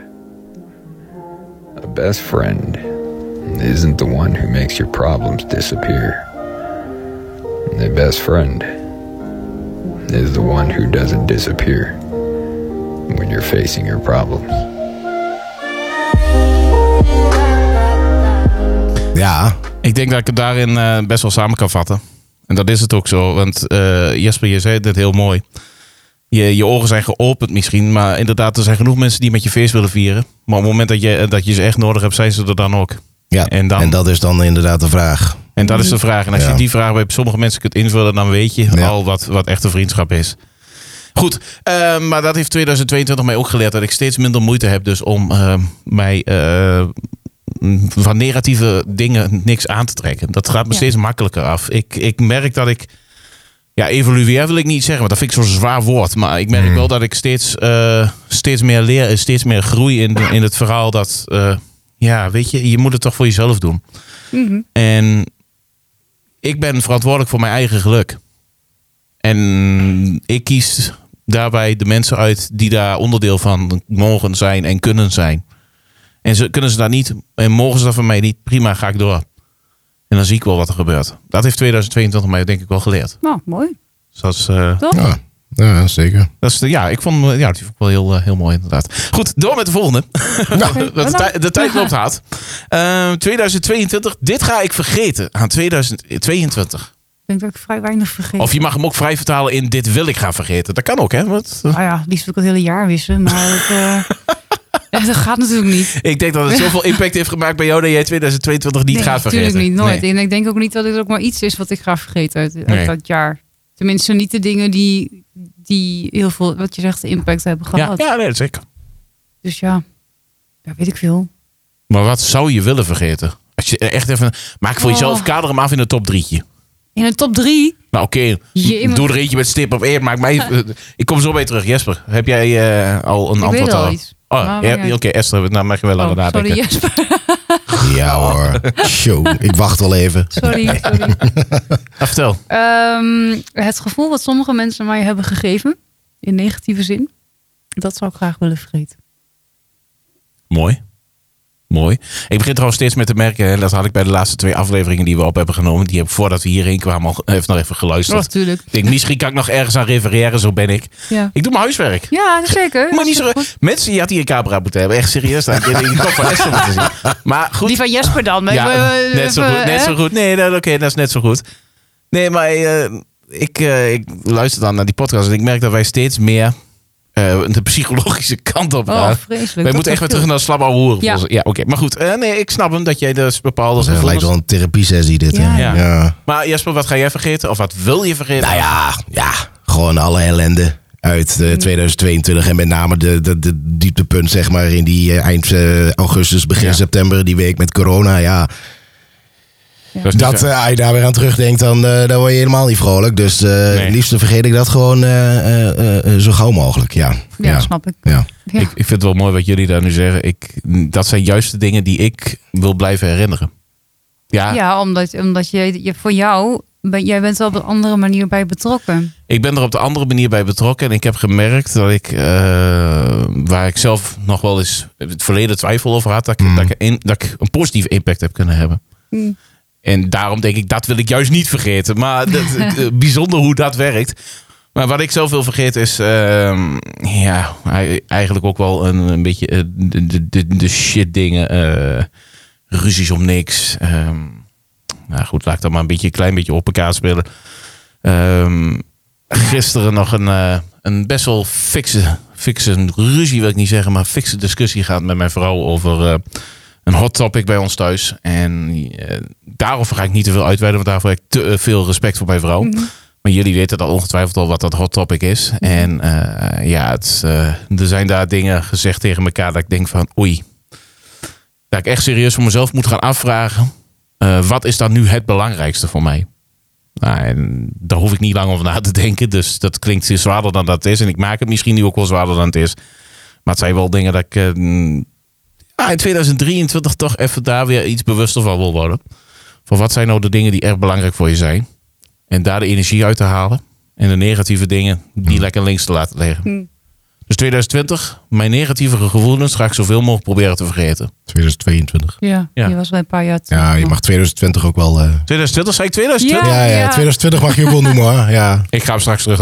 A best friend isn't the one who makes your problems disappear. A best friend is the one who doesn't disappear when you're facing your problems. Ja. Ik denk dat ik het daarin best wel samen kan vatten. En dat is het ook zo. Want Jesper, je zei het heel mooi. Je ogen zijn geopend misschien. Maar inderdaad, er zijn genoeg mensen die met je feest willen vieren. Maar op het moment dat je ze echt nodig hebt, zijn ze er dan ook. Ja, en dat is dan inderdaad de vraag. En dat is de vraag. En als je die vraag bij sommige mensen kunt invullen, dan weet je al wat echte vriendschap is. Goed, maar dat heeft 2022 mij ook geleerd. Dat ik steeds minder moeite heb dus om mij van negatieve dingen niks aan te trekken. Dat gaat me steeds makkelijker af. Ik merk dat ik... Ja, evolueer wil ik niet zeggen, want dat vind ik zo'n zwaar woord. Maar ik merk wel dat ik steeds meer leer en steeds meer groei in het verhaal dat... weet je moet het toch voor jezelf doen. Mm-hmm. En ik ben verantwoordelijk voor mijn eigen geluk. En ik kies daarbij de mensen uit die daar onderdeel van mogen zijn en kunnen zijn. En kunnen ze dat niet en mogen ze dat van mij niet, prima, ga ik door. En dan zie ik wel wat er gebeurt. Dat heeft 2022 mij denk ik wel geleerd. Nou, mooi. Dus dat is, ja, zeker. Dat is ik vond het wel heel mooi inderdaad. Goed, door met de volgende. De tijd loopt hard. 2022, dit ga ik vergeten aan 2022. Ik denk dat ik vrij weinig vergeet. Of je mag hem ook vrij vertalen in dit wil ik gaan vergeten. Dat kan ook, hè? Nou ja, liefst wil ik het hele jaar wissen. Maar dat gaat natuurlijk niet. Ik denk dat het zoveel impact heeft gemaakt bij jou dat jij 2022 niet gaat vergeten. Nee, natuurlijk niet. Nooit. Nee. En ik denk ook niet dat het ook maar iets is wat ik ga vergeten uit dat jaar. Tenminste, niet de dingen die heel veel, wat je zegt, impact hebben gehad. Ja, nee, zeker. Dus ja, weet ik veel. Maar wat zou je willen vergeten? Als je echt even... Maak voor jezelf, kader hem af in een top 3'tje. In een top 3? Nou oké, doe er eentje met stip op 1. Maak mij... Ik kom zo bij terug. Jesper, heb jij al een antwoord al? Iets. Oké, Esther, nou mag je wel laten nadenken. Sorry Jesper. Ja hoor. Show, ik wacht wel even. Sorry. Vertel. Het gevoel wat sommige mensen mij hebben gegeven, in negatieve zin, dat zou ik graag willen vergeten. Mooi. Ik begin trouwens steeds met te merken, hè, dat had ik bij de laatste 2 afleveringen die we op hebben genomen. Die heb ik voordat we hierheen kwamen al nog even geluisterd. Natuurlijk. Ik denk, misschien kan ik nog ergens aan refereren, zo ben ik. Ja. Ik doe mijn huiswerk. Ja, zeker. Maar niet zo, mensen, je had hier een camera moeten hebben. Echt serieus. Dan had je die kop van Esther moeten zien. Maar goed. Die van Jesper dan. Ja, net zo goed. Nee, oké, dat is net zo goed. Nee, maar ik luister dan naar die podcast en ik merk dat wij steeds meer de psychologische kant op gaan. Oh, vreselijk. Wij moeten echt weer terug naar slap ouwe hoeren. Ja, oké. Maar goed, ik snap hem dat jij dus bepaalde... Het lijkt wel een therapiesessie dit. Ja. Hè? Ja. Maar Jesper, wat ga jij vergeten? Of wat wil je vergeten? Nou ja, gewoon alle ellende uit 2022. En met name de dieptepunt, zeg maar, in die eind augustus, begin september, die week met corona. Ja. Als je daar weer aan terugdenkt, dan word je helemaal niet vrolijk. Dus het liefste vergeet ik dat gewoon zo gauw mogelijk. Ja, snap ik. Ja. Ja. Ik vind het wel mooi wat jullie daar nu zeggen. Dat zijn juist de dingen die ik wil blijven herinneren. Ja, omdat je voor jou... Jij bent er op een andere manier bij betrokken. Ik ben er op de andere manier bij betrokken. En ik heb gemerkt dat ik, waar ik zelf nog wel eens het verleden twijfel over had, dat ik een positieve impact heb kunnen hebben. En daarom denk ik, dat wil ik juist niet vergeten. Maar bijzonder hoe dat werkt. Maar wat ik zelf wil vergeten is, eigenlijk ook wel een beetje de shit dingen. Ruzies om niks. Nou goed, laat ik dat maar een klein beetje op elkaar spelen. Gisteren nog een best wel fikse ruzie, wil ik niet zeggen, maar fikse discussie gehad met mijn vrouw over een hot topic bij ons thuis. En daarover ga ik niet te veel uitweiden, want daarvoor heb ik te veel respect voor mijn vrouw. Mm-hmm. Maar jullie weten dat ongetwijfeld al wat dat hot topic is. Mm-hmm. En er zijn daar dingen gezegd tegen elkaar dat ik denk van oei. Dat ik echt serieus voor mezelf moet gaan afvragen. Wat is dan nu het belangrijkste voor mij? Nou, en daar hoef ik niet lang over na te denken. Dus dat klinkt zwaarder dan dat is. En ik maak het misschien nu ook wel zwaarder dan het is. Maar het zijn wel dingen dat ik in 2023 toch even daar weer iets bewuster van wil worden. Van wat zijn nou de dingen die echt belangrijk voor je zijn? En daar de energie uit te halen. En de negatieve dingen die lekker links te laten liggen. Dus 2020, mijn negatieve gevoelens ga ik zoveel mogelijk proberen te vergeten. 2022. Ja, je was wel een paar jaar terug. Ja, je mag 2020 ook wel... 2020, zei ik 2020? Ja, 2020 mag je ook wel noemen hoor. Ja. Ik ga hem straks terug.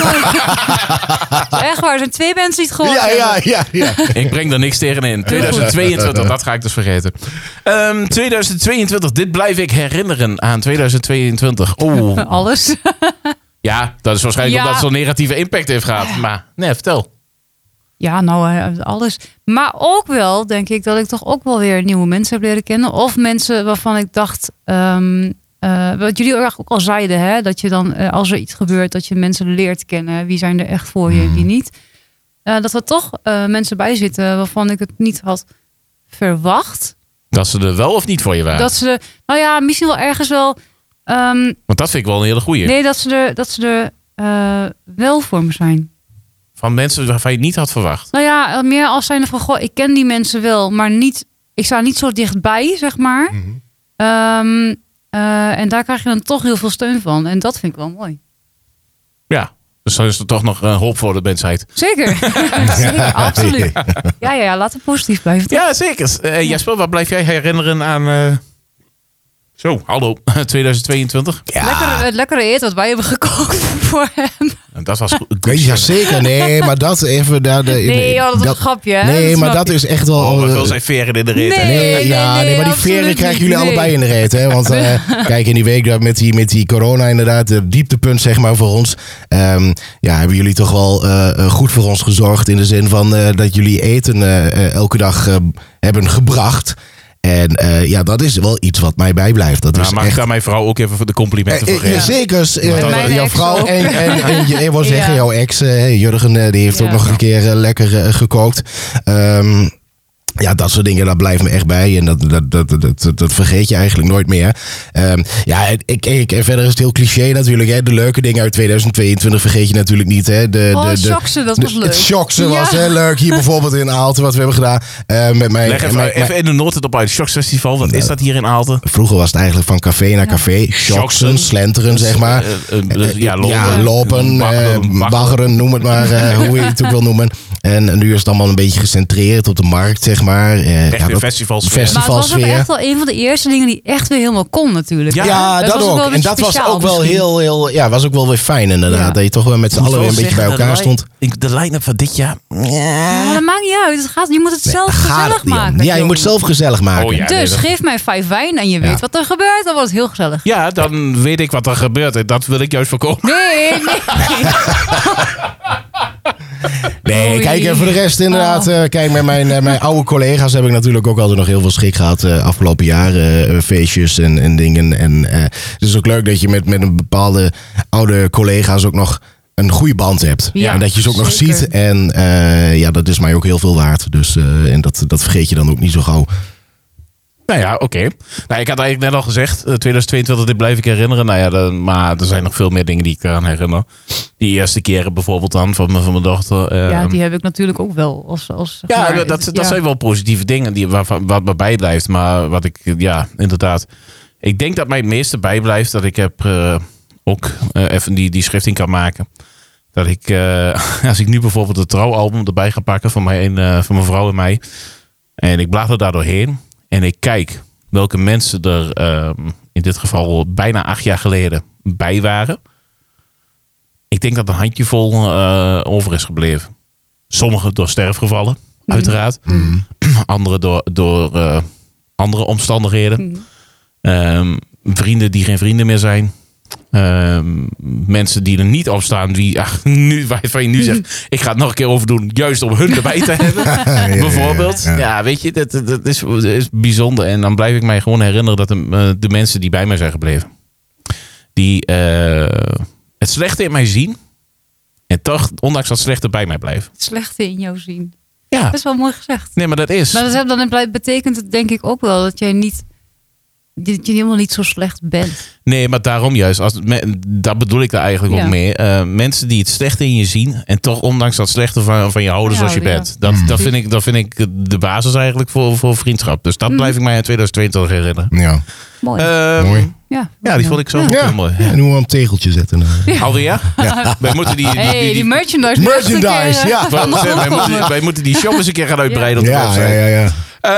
Echt waar, er zijn 2 mensen die het gehoord hebben. Ja. Ik breng er niks tegenin. 2022, dat ga ik dus vergeten. 2022, dit blijf ik herinneren aan 2022. Oh. Alles. Ja, dat is waarschijnlijk omdat het zo'n negatieve impact heeft gehad. Maar nee, vertel. Ja, nou, alles. Maar ook wel, denk ik, dat ik toch ook wel weer nieuwe mensen heb leren kennen. Of mensen waarvan ik dacht, wat jullie ook al zeiden, hè, dat je dan, als er iets gebeurt, dat je mensen leert kennen. Wie zijn er echt voor je, wie niet. Dat er toch mensen bij zitten waarvan ik het niet had verwacht. Dat ze er wel of niet voor je waren? Dat ze, nou ja, misschien wel ergens wel... Want dat vind ik wel een hele goeie. Nee, dat ze er wel voor me zijn. Van mensen waarvan je het niet had verwacht? Nou ja, meer als zijnde van, goh, ik ken die mensen wel, maar niet, ik sta niet zo dichtbij, zeg maar. Mm-hmm. En daar krijg je dan toch heel veel steun van. En dat vind ik wel mooi. Ja. Dus dan is er toch nog hoop voor de mensheid. Zeker. Zeker, absoluut. Ja, laten we positief blijven. Toch? Ja, zeker. Jesper, wat blijf jij herinneren aan... Zo, hallo, 2022. Ja. Lekkere eten wat wij hebben gekookt voor hem. Dat was goed. Ja, zeker. Nee, maar dat even... dat is een grapje. Hè? Nee, maar dat is echt wel... Hoeveel zijn veren in de reet? Nee, maar die veren krijgen jullie allebei in de reet. Hè? Want kijk, in die week met die corona inderdaad, de dieptepunt zeg maar voor ons. Hebben jullie toch wel goed voor ons gezorgd. In de zin van dat jullie eten elke dag hebben gebracht. En dat is wel iets wat mij bijblijft. Dat is mag echt... ik daar mijn vrouw ook even voor de complimenten voor geven? Zeker. Jouw vrouw en je wil zeggen, jouw ex, Jurgen, die heeft ook nog een keer lekker gekookt. Ja, dat soort dingen, dat blijft me echt bij. En dat vergeet je eigenlijk nooit meer. Verder is het heel cliché natuurlijk. Hè. De leuke dingen uit 2022 vergeet je natuurlijk niet. Hè. Shockse, dat was leuk. Het Shockse was leuk. Hier bijvoorbeeld in Aalten, wat we hebben gedaan. Leg even in de noten op uit het Shocksfestival. Wat is dat hier in Aalten? Vroeger was het eigenlijk van café naar café. Shocksen, slenteren, zeg maar. Lopen, baggeren, noem het maar. Hoe je het ook wil noemen. En nu is het allemaal een beetje gecentreerd op de markt, zeg maar. Echt weer festivalsfeer. Maar het was ook echt wel een van de eerste dingen die echt weer helemaal kon natuurlijk. Ja, dat ook. En dat was ook wel heel was ook wel weer fijn inderdaad. Ja. Dat je toch wel met z'n allen weer een beetje bij elkaar stond. De line-up van dit jaar. Ja, dat maakt niet uit. Je moet het zelf gezellig maken. Ja, je moet het zelf gezellig maken. Oh, ja, dus geef mij 5 wijn en je weet wat er gebeurt. Dan wordt het heel gezellig. Ja, dan weet ik wat er gebeurt. En dat wil ik juist voorkomen. Nee. Nee, kijk, en voor de rest inderdaad. Kijk, met mijn oude collega's heb ik natuurlijk ook altijd nog heel veel schik gehad. Afgelopen jaren. Feestjes en dingen. En het is ook leuk dat je met een bepaalde oude collega's ook nog een goede band hebt. Ja, en dat je ze ook nog ziet. En dat is mij ook heel veel waard. Dus, en dat vergeet je dan ook niet zo gauw. Nou ja, oké. Nou, ik had eigenlijk net al gezegd, 2022, dit blijf ik herinneren. Nou ja, maar er zijn nog veel meer dingen die ik eraan herinner. Die eerste keren bijvoorbeeld dan van mijn dochter. Ja, die heb ik natuurlijk ook wel. Dat zijn wel positieve dingen wat me bijblijft. Maar wat ik, inderdaad. Ik denk dat mij het meeste bijblijft dat ik heb ook even die schrifting kan maken. Dat ik, als ik nu bijvoorbeeld het trouwalbum erbij ga pakken van mijn vrouw en mij. En ik blader daar doorheen. En ik kijk welke mensen er in dit geval bijna 8 jaar geleden bij waren. Ik denk dat een handjevol over is gebleven. Sommigen door sterfgevallen, uiteraard. Anderen door andere omstandigheden. Vrienden die geen vrienden meer zijn. Mensen die er niet op staan. Waarvan je nu zegt, ik ga het nog een keer overdoen. Juist om hun erbij te hebben. Bijvoorbeeld. Ja, weet je, dat is bijzonder. En dan blijf ik mij gewoon herinneren dat de mensen die bij mij zijn gebleven. Die het slechte in mij zien. En toch, ondanks dat slechte, bij mij blijven. Het slechte in jou zien. Ja. Dat is wel mooi gezegd. Nee, maar dat is. Maar dan betekent het denk ik ook wel dat jij dat je helemaal niet zo slecht bent. Nee, maar daarom juist. Dat bedoel ik daar eigenlijk ook mee. Mensen die het slechte in je zien. En toch ondanks dat slechte van je houden zoals je bent. Dat vind ik de basis eigenlijk voor vriendschap. Dus dat blijf ik mij in 2022 herinneren. Ja. Mooi. Mooi. Ja, die vond ik zo heel mooi. En hoe we een tegeltje zetten. Alweer? Ja. Wij moeten die merchandise. Merchandise, ja. Wij moeten die show eens een keer gaan uitbreiden. Ja.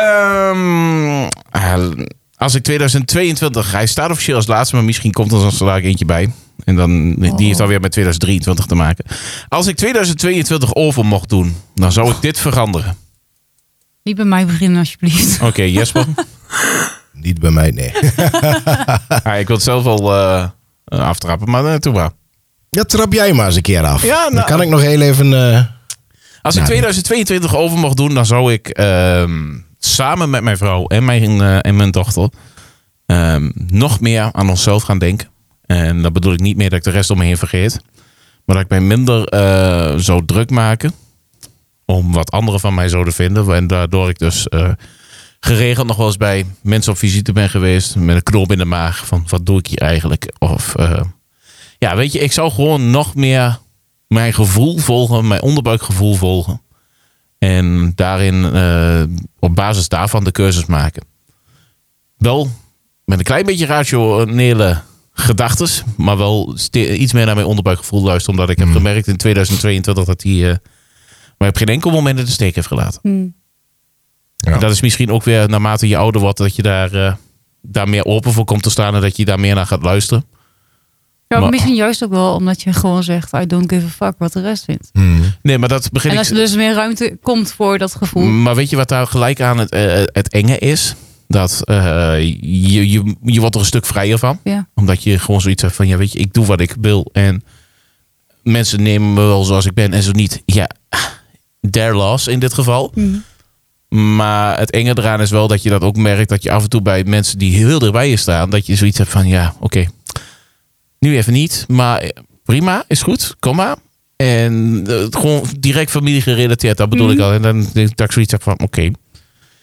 Als ik 2022, hij staat officieel als laatste, maar misschien komt er dan zo eentje bij. En dan, die heeft alweer met 2023 te maken. Als ik 2022 over mocht doen, dan zou ik dit veranderen. Niet bij mij beginnen, alsjeblieft. Oké, Jesper? Niet bij mij, nee. Ik wil het zelf wel aftrappen, maar toe maar. Ja, trap jij maar eens een keer af. Ja, dan kan ik nog heel even... Als ik 2022 over mocht doen, dan zou ik samen met mijn vrouw en mijn dochter nog meer aan onszelf gaan denken. En dat bedoel ik niet meer dat ik de rest om me heen vergeet. Maar dat ik mij minder zou druk maken om wat anderen van mij zouden vinden. En daardoor ik dus geregeld nog wel eens bij mensen op visite ben geweest met een knoop in de maag van wat doe ik hier eigenlijk? Of weet je, ik zou gewoon nog meer mijn gevoel volgen, mijn onderbuikgevoel volgen. En daarin op basis daarvan de keuzes maken. Wel met een klein beetje rationele gedachtes, maar wel iets meer naar mijn onderbuikgevoel luisteren. Omdat ik heb gemerkt in 2022 dat hij mij op geen enkel moment in de steek heeft gelaten. Ja. Dat is misschien ook weer naarmate je ouder wordt, dat je daar meer open voor komt te staan en dat je daar meer naar gaat luisteren. Ja, maar misschien juist ook wel omdat je gewoon zegt, I don't give a fuck wat de rest vindt. Nee, maar dat begin ik... En als er dus meer ruimte komt voor dat gevoel. Maar weet je wat daar gelijk aan het enge is? Dat je wordt er een stuk vrijer van. Ja. Omdat je gewoon zoiets hebt van, ja, weet je, ik doe wat ik wil. En mensen nemen me wel zoals ik ben en zo niet. Ja, their loss in dit geval. Maar het enge eraan is wel dat je dat ook merkt. Dat je af en toe bij mensen die heel dichtbij je staan, dat je zoiets hebt van, ja, oké. Nu even niet, maar prima, is goed, kom maar. En gewoon direct familie gerelateerd, dat bedoel ik al. En dan denk ik dat ik zoiets heb van, oké.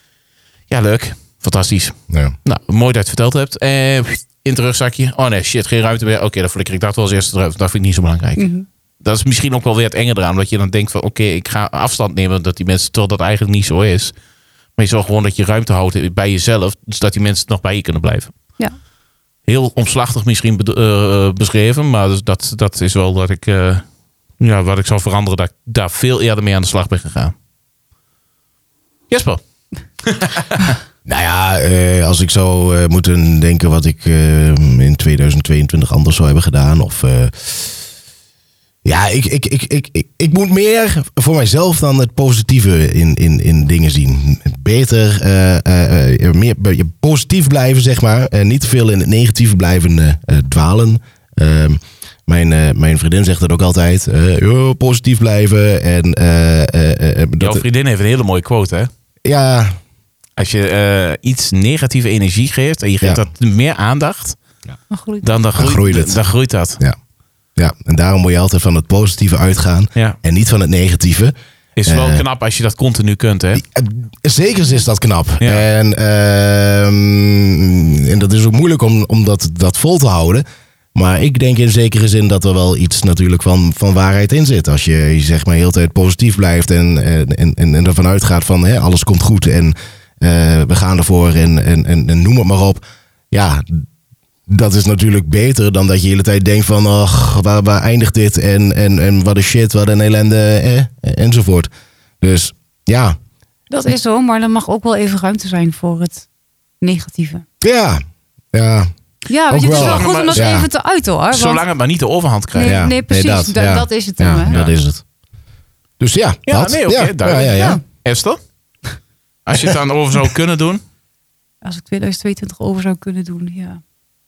Ja, leuk. Fantastisch. Ja. Nou, mooi dat je het verteld hebt. In het rugzakje. Oh nee, shit, geen ruimte meer. Oké, dan flikker ik dat wel als eerste eruit. Dat vind ik niet zo belangrijk. Mm-hmm. Dat is misschien ook wel weer het enge eraan. Dat je dan denkt van oké, ik ga afstand nemen. Dat die mensen, terwijl dat eigenlijk niet zo is. Maar je zorgt gewoon dat je ruimte houdt bij jezelf. Dus dat die mensen nog bij je kunnen blijven. Ja. Heel omslachtig misschien beschreven. Maar dat is wel dat ik... wat ik zou veranderen. Dat ik daar veel eerder mee aan de slag ben gegaan. Jesper. Nou ja, als ik zou moeten denken wat ik in 2022 anders zou hebben gedaan. Of ik moet meer voor mijzelf dan het positieve in dingen zien. Beter meer positief blijven, zeg maar. Niet te veel in het negatieve blijven dwalen. Mijn vriendin zegt dat ook altijd. Positief blijven. Jouw vriendin heeft een hele mooie quote, hè? Ja. Als je iets negatieve energie geeft en je geeft dat meer aandacht, dan groeit dat. Ja, en daarom moet je altijd van het positieve uitgaan en niet van het negatieve. Is wel knap als je dat continu kunt, hè? Zeker is dat knap. Ja. En dat is ook moeilijk om dat vol te houden. Maar ik denk in zekere zin dat er wel iets natuurlijk van waarheid in zit. Als je zeg maar de hele tijd positief blijft en ervan uitgaat van alles komt goed en we gaan ervoor en noem het maar op. Ja, dat is natuurlijk beter dan dat je de hele tijd denkt van waar eindigt dit en wat een shit, wat een ellende enzovoort. Dus ja. Dat is zo, maar er mag ook wel even ruimte zijn voor het negatieve. Ja. Ja, weet je, het is wel goed om dat even te uiten, hoor. Zolang het maar niet de overhand krijgt. Nee, precies. Dat is het dan. Ja, dat is het. Dus ja. Duidelijk. Esther? Als je het dan over zou kunnen doen? Als ik 2022 over zou kunnen doen, ja.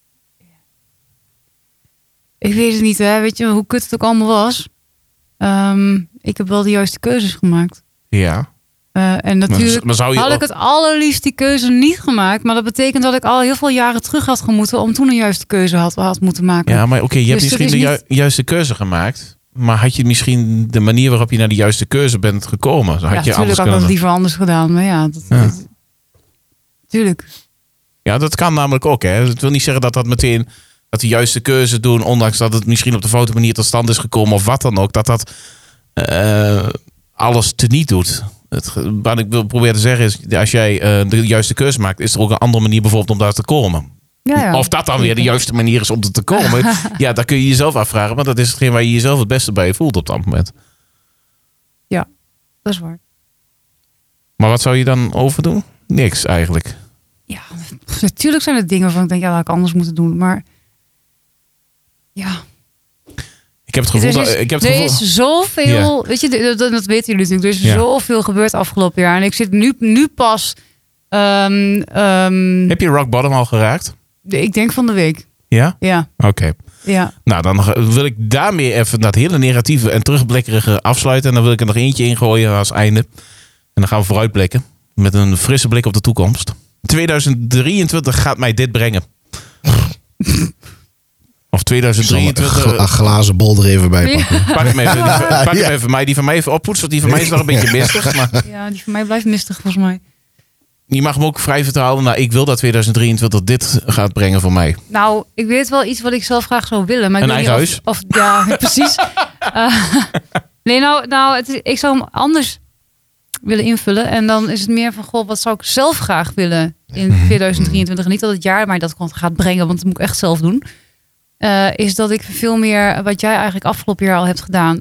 Ik weet het niet, hè. Weet je hoe kut het ook allemaal was? Ik heb wel de juiste keuzes gemaakt. Ja. En natuurlijk had ik het allerliefst die keuze niet gemaakt. Maar dat betekent dat ik al heel veel jaren terug had gemoeten om toen een juiste keuze had moeten maken. Ja, maar oké, je hebt misschien de juiste keuze gemaakt. Maar had je misschien de manier waarop je naar die juiste keuze bent gekomen? Natuurlijk had ik het liever anders gedaan. Maar ja, tuurlijk. Ja, dat kan namelijk ook. Hè. Het wil niet zeggen dat meteen... dat de juiste keuze doen, ondanks dat het misschien op de foute manier tot stand is gekomen of wat dan ook, dat alles teniet doet. Wat ik wil proberen te zeggen is, als jij de juiste keuze maakt, is er ook een andere manier bijvoorbeeld om daar te komen. Ja. Of dat dan weer de juiste manier is om er te komen. Ja, daar kun je jezelf afvragen, want dat is hetgeen waar je jezelf het beste bij voelt op dat moment. Ja, dat is waar. Maar wat zou je dan overdoen? Niks eigenlijk. Ja, natuurlijk zijn er dingen waarvan ik denk, ja, dat had ik anders moeten doen, maar ja. Ik heb het gevoel er is zoveel, weet je, dat weten jullie natuurlijk. Er is zoveel gebeurd afgelopen jaar. En ik zit nu pas... heb je rock bottom al geraakt? Ik denk van de week. Ja? Ja. Oké. Ja. Nou, dan wil ik daarmee even dat hele negatieve en terugblikkerige afsluiten. En dan wil ik er nog eentje ingooien als einde. En dan gaan we vooruitblikken. Met een frisse blik op de toekomst. 2023 gaat mij dit brengen. Of 2023. Een glazen bol er even bij pakken. Pak hem even. Die van mij even oppoetsen. Die van mij is nog een beetje mistig. Maar... Ja, die van mij blijft mistig volgens mij. Je mag hem ook vrij vertalen. Nou, ik wil dat 2023 dit gaat brengen voor mij. Nou, ik weet wel iets wat ik zelf graag zou willen. Maar een ik weet eigen niet huis? Ja, precies. Nee, ik zou hem anders willen invullen. En dan is het meer van, goh, wat zou ik zelf graag willen in 2023. Niet dat het jaar mij dat gaat brengen, want dat moet ik echt zelf doen. Is dat ik veel meer, wat jij eigenlijk afgelopen jaar al hebt gedaan,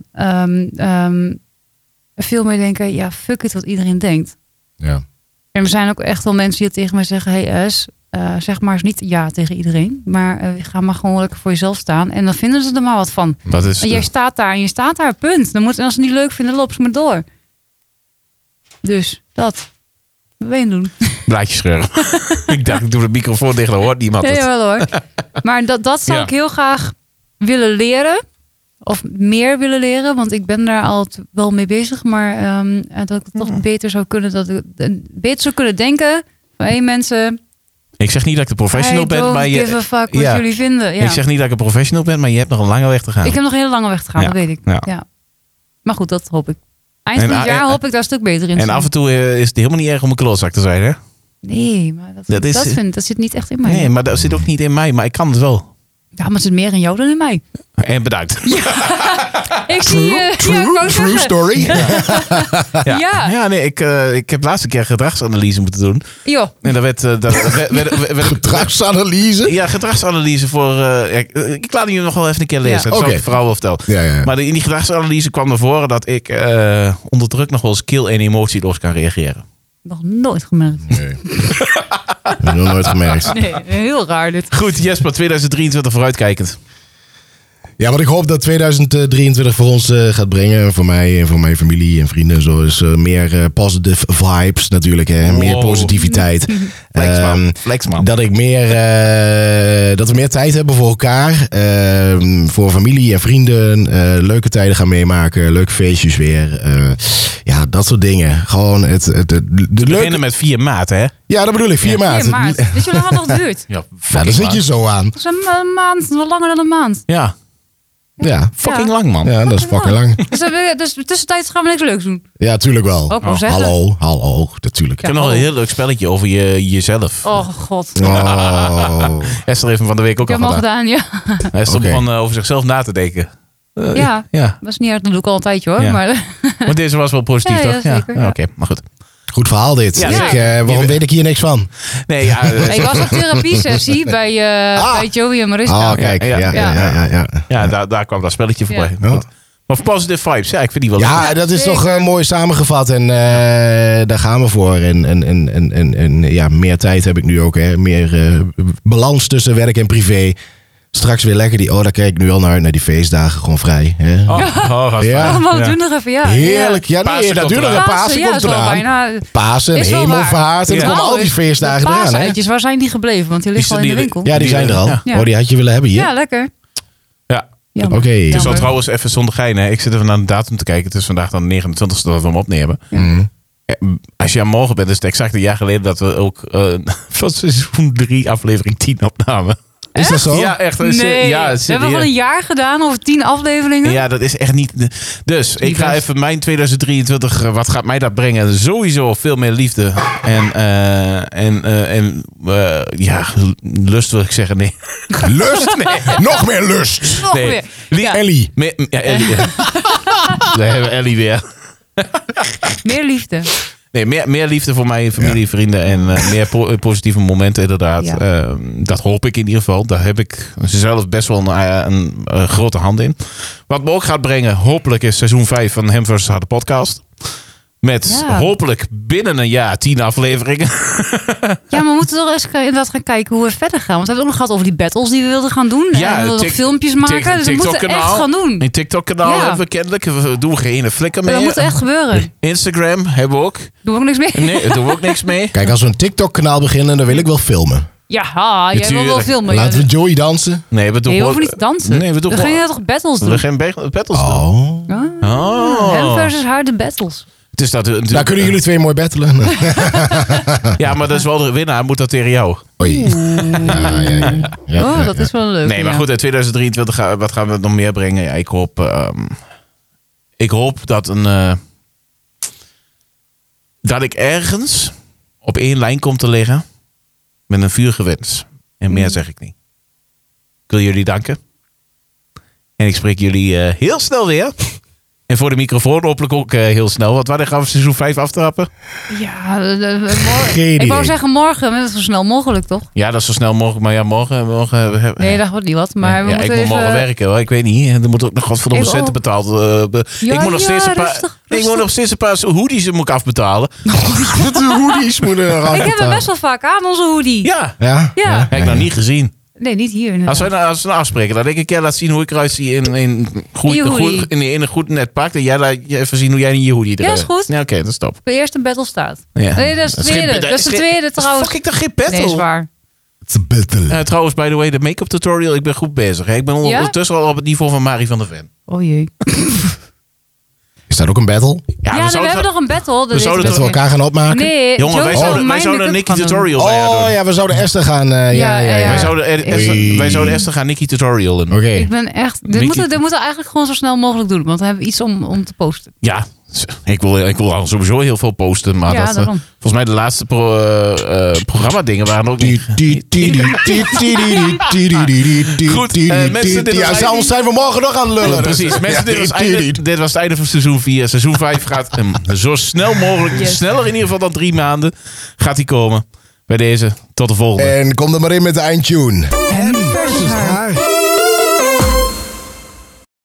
veel meer denken, ja, fuck it wat iedereen denkt. Ja. En er zijn ook echt wel mensen die tegen mij zeggen, hey S, zeg maar eens niet ja tegen iedereen, maar ga maar gewoon lekker voor jezelf staan. En dan vinden ze er maar wat van. En jij staat daar en je staat daar, punt. En als ze het niet leuk vinden, lopen ze maar door. Dus dat. Wat ben je doen? Blaadjes scheuren. Ik dacht, ik doe de microfoon dicht, dan hoort niemand het. Ja, wel hoor. Maar dat zou ik heel graag willen leren. Of meer willen leren. Want ik ben daar al wel mee bezig. Maar dat ik het toch beter zou kunnen. Dat ik beter zou kunnen denken. Van hé mensen. Ik zeg niet dat ik een professional ben. Maar give a fuck wat jullie vinden. Ja. Ik zeg niet dat ik een professional ben. Maar je hebt nog een lange weg te gaan. Ik heb nog een hele lange weg te gaan. Dat weet ik. Ja. Maar goed, dat hoop ik. Eind van het jaar hoop ik daar een stuk beter in te En af en toe is het helemaal niet erg om een klootzak te zijn, hè? Nee, maar dat zit niet echt in mij. Nee, maar dat zit ook niet in mij. Maar ik kan het wel. Ja, maar het zit meer in jou dan in mij. En bedankt. Ik zie... True story. Ja, nee, ik heb laatst een keer gedragsanalyse moeten doen. Jo. En daar werd gedragsanalyse? Ja, gedragsanalyse voor... ik laat die nog wel even een keer lezen. Dat zal ik vooral wel vertellen. Ja. Maar in die gedragsanalyse kwam naar voren dat ik onder druk nog wel skill en emotieloos kan reageren. Nog nooit gemerkt. Nee. Nog nooit gemerkt. Nee, heel raar dit. Goed, Jesper, 2023 vooruitkijkend. Ja, wat ik hoop dat 2023 voor ons gaat brengen. Voor mij en voor mijn familie en vrienden. Zo is meer positive vibes natuurlijk. Hè. Meer positiviteit. Flexman. Dat we meer tijd hebben voor elkaar. Voor familie en vrienden. Leuke tijden gaan meemaken. Leuke feestjes weer. Ja, dat soort dingen. Gewoon We beginnen met 4 maart, hè? Ja, dat bedoel ik. 4 maart. 4 maart. Weet je hoe lang het nog duurt? Ja, daar zit je zo aan. Dat is een maand. Nog langer dan een maand. Ja. Ja. Fucking lang, man. Ja, dat is fucking lang. Dus tussentijds gaan we niks leuks doen. Ja, tuurlijk wel. Ook wel zeggen. Hallo, natuurlijk. Ik heb nog een heel leuk spelletje over jezelf. Oh, god. Oh. Esther heeft hem van de week ook Ik heb al hem al gedaan. gedaan, ja. Esther begon over zichzelf na te denken. Ja, Ja. dat is niet erg. Dat doe ik al een tijdje hoor. Ja. Maar, Maar deze was wel positief, Ja, toch? zeker, ja. Oké, maar goed. Goed verhaal dit. Ja, Waarom weet ik hier niks van? Nee, ja. ik was op therapiesessie bij Joey en Mariska. Oh, kijk. Ja, daar kwam dat spelletje voorbij. Ja. Goed. Maar positive vibes, ja, ik vind die wel leuk. Ja, dat is toch mooi samengevat. En daar gaan we voor. En ja, meer tijd heb ik nu ook. Hè. Meer balans tussen werk en privé. Straks weer lekker daar kijk ik nu al naar die feestdagen. Gewoon vrij. Hè. Ja. Maar we doen nog even, ja. Heerlijk. Ja, nee, dat duurt nog een Pasen komt eraan. Pasen, Is wel Hemelvaart. En waar. dan komen al die feestdagen eraan. Hè. Paaseitjes, waar zijn die gebleven? Want die liggen al in de winkel. Ja, die zijn er al. Ja. Oh, die had je willen hebben hier? Ja, lekker. Ja. Jammer. Oké. Het is wel Jammer. trouwens even zonder gein. Hè. Ik zit even naar de datum te kijken. Het is vandaag dan 29e dat we hem opnemen. Als je aan morgen bent, is het exact een jaar geleden dat we ook van seizoen 3 aflevering 10 opnamen. Is dat zo? Ja, echt. Nee, Ja, we hebben gewoon een jaar gedaan over 10 afleveringen. Ja, dat is echt niet... Dus ik ga even mijn 2023... Wat gaat mij dat brengen? Sowieso veel meer liefde. En lust wil ik zeggen. Nee. Lust? Nee. Nog meer lust. Nog Nee. weer. Ellie. Ellie. Daar hebben we Ellie weer. Meer liefde. Nee, meer liefde voor mijn familie, vrienden en meer positieve momenten inderdaad. Ja. Dat hoop ik in ieder geval. Daar heb ik zelf best wel een grote hand in. Wat me ook gaat brengen, hopelijk is seizoen 5 van Hem vs. Harde podcast. Met hopelijk binnen een jaar 10 afleveringen. Ja, maar we moeten toch eens inderdaad gaan kijken hoe we verder gaan. Want we hebben het ook nog gehad over die battles die we wilden gaan doen. Ja, en we wilden nog filmpjes maken. Dus we moeten echt gaan doen. Een TikTok-kanaal hebben we kennelijk. We doen geen flikker mee. Dat moet echt gebeuren. Instagram hebben we ook. Doen we ook niks mee? Nee, daar doen we ook niks mee. Kijk, als we een TikTok-kanaal beginnen, dan wil ik wel filmen. Ja, jij wil wel Natuurlijk. filmen. Laten we Joey dansen. Nee, we doen Nee, we gewoon... hoeven niet te dansen. Nee, we doen Dan gewoon... ga je toch battles We doen? gaan battles doen. Oh. Hem versus haar de battles. Het is dat, Daar kunnen jullie twee mooi battelen. Ja, maar dat is wel de winnaar. Moet dat tegen jou? Oei. Oh, dat is wel leuk. Nee, maar goed, in 2023 wat gaan we nog meer brengen? Ja, ik hoop dat dat ik ergens op 1 lijn kom te liggen met een vurige wens. En meer zeg ik niet. Ik wil jullie danken. En ik spreek jullie heel snel weer. En voor de microfoon hopelijk ook heel snel. Want wanneer gaan we seizoen 5 aftrappen? Ja, Geen ik wou idee. zeggen morgen, maar dat is zo snel mogelijk, toch? Ja, dat is zo snel mogelijk. Maar ja, morgen Nee, dat wordt niet wat. Maar we ja, ik moeten moet even... morgen werken hoor. Ik weet niet. Er moet ook nog godverdomme Ik centen ook. betaald. Ja, ik moet nog steeds een paar. rustig, Ik moet nog steeds een paar hoodies moet ik afbetalen. De hoodies moeten er al Ik heb hem best wel vaak aan, onze hoodie. Ja. Ja? Ja. Heb ik nog niet gezien. Nee, niet hier. Als we nou afspreken, dat ik een keer laat zien hoe ik eruit zie in een goed net pak. En jij laat je even zien hoe jij in je hoodie eruit. Ja, is goed. Ja, oké, dat is top. De eerste battle staat. Ja. Nee, dat is de tweede. Dat is de tweede trouwens. Fuck, ik dacht geen battle. Nee, is waar. It's a battle. Trouwens, by the way, de make-up tutorial, ik ben goed bezig. Hè? Ik ben ondertussen al op het niveau van Marie van der Ven. Oh jee. Is dat ook een battle? Ja, we hebben nog een battle. we zouden Dat we elkaar gaan opmaken? Nee, Jongen, wij zouden een make-up Nicky gaan doen. tutorial bij haar doen. Oh ja, we zouden Esther gaan... Ja. Wij zouden Esther gaan Nicky tutorialen. Oké. Ik ben echt... Dit moeten we eigenlijk gewoon zo snel mogelijk doen. Want dan hebben we iets om te posten. Ja, Ik wil sowieso heel veel posten. Maar volgens mij de laatste programma-dingen waren ook niet... Goed, mensen... Ja, zelfs zijn we morgen nog aan het lullen. Precies. Mensen, dit was het einde van seizoen 4. Seizoen 5 gaat zo snel mogelijk, sneller in ieder geval dan 3 maanden, gaat die komen. Bij deze, tot de volgende. En kom er maar in met de eindtune. En versus haar.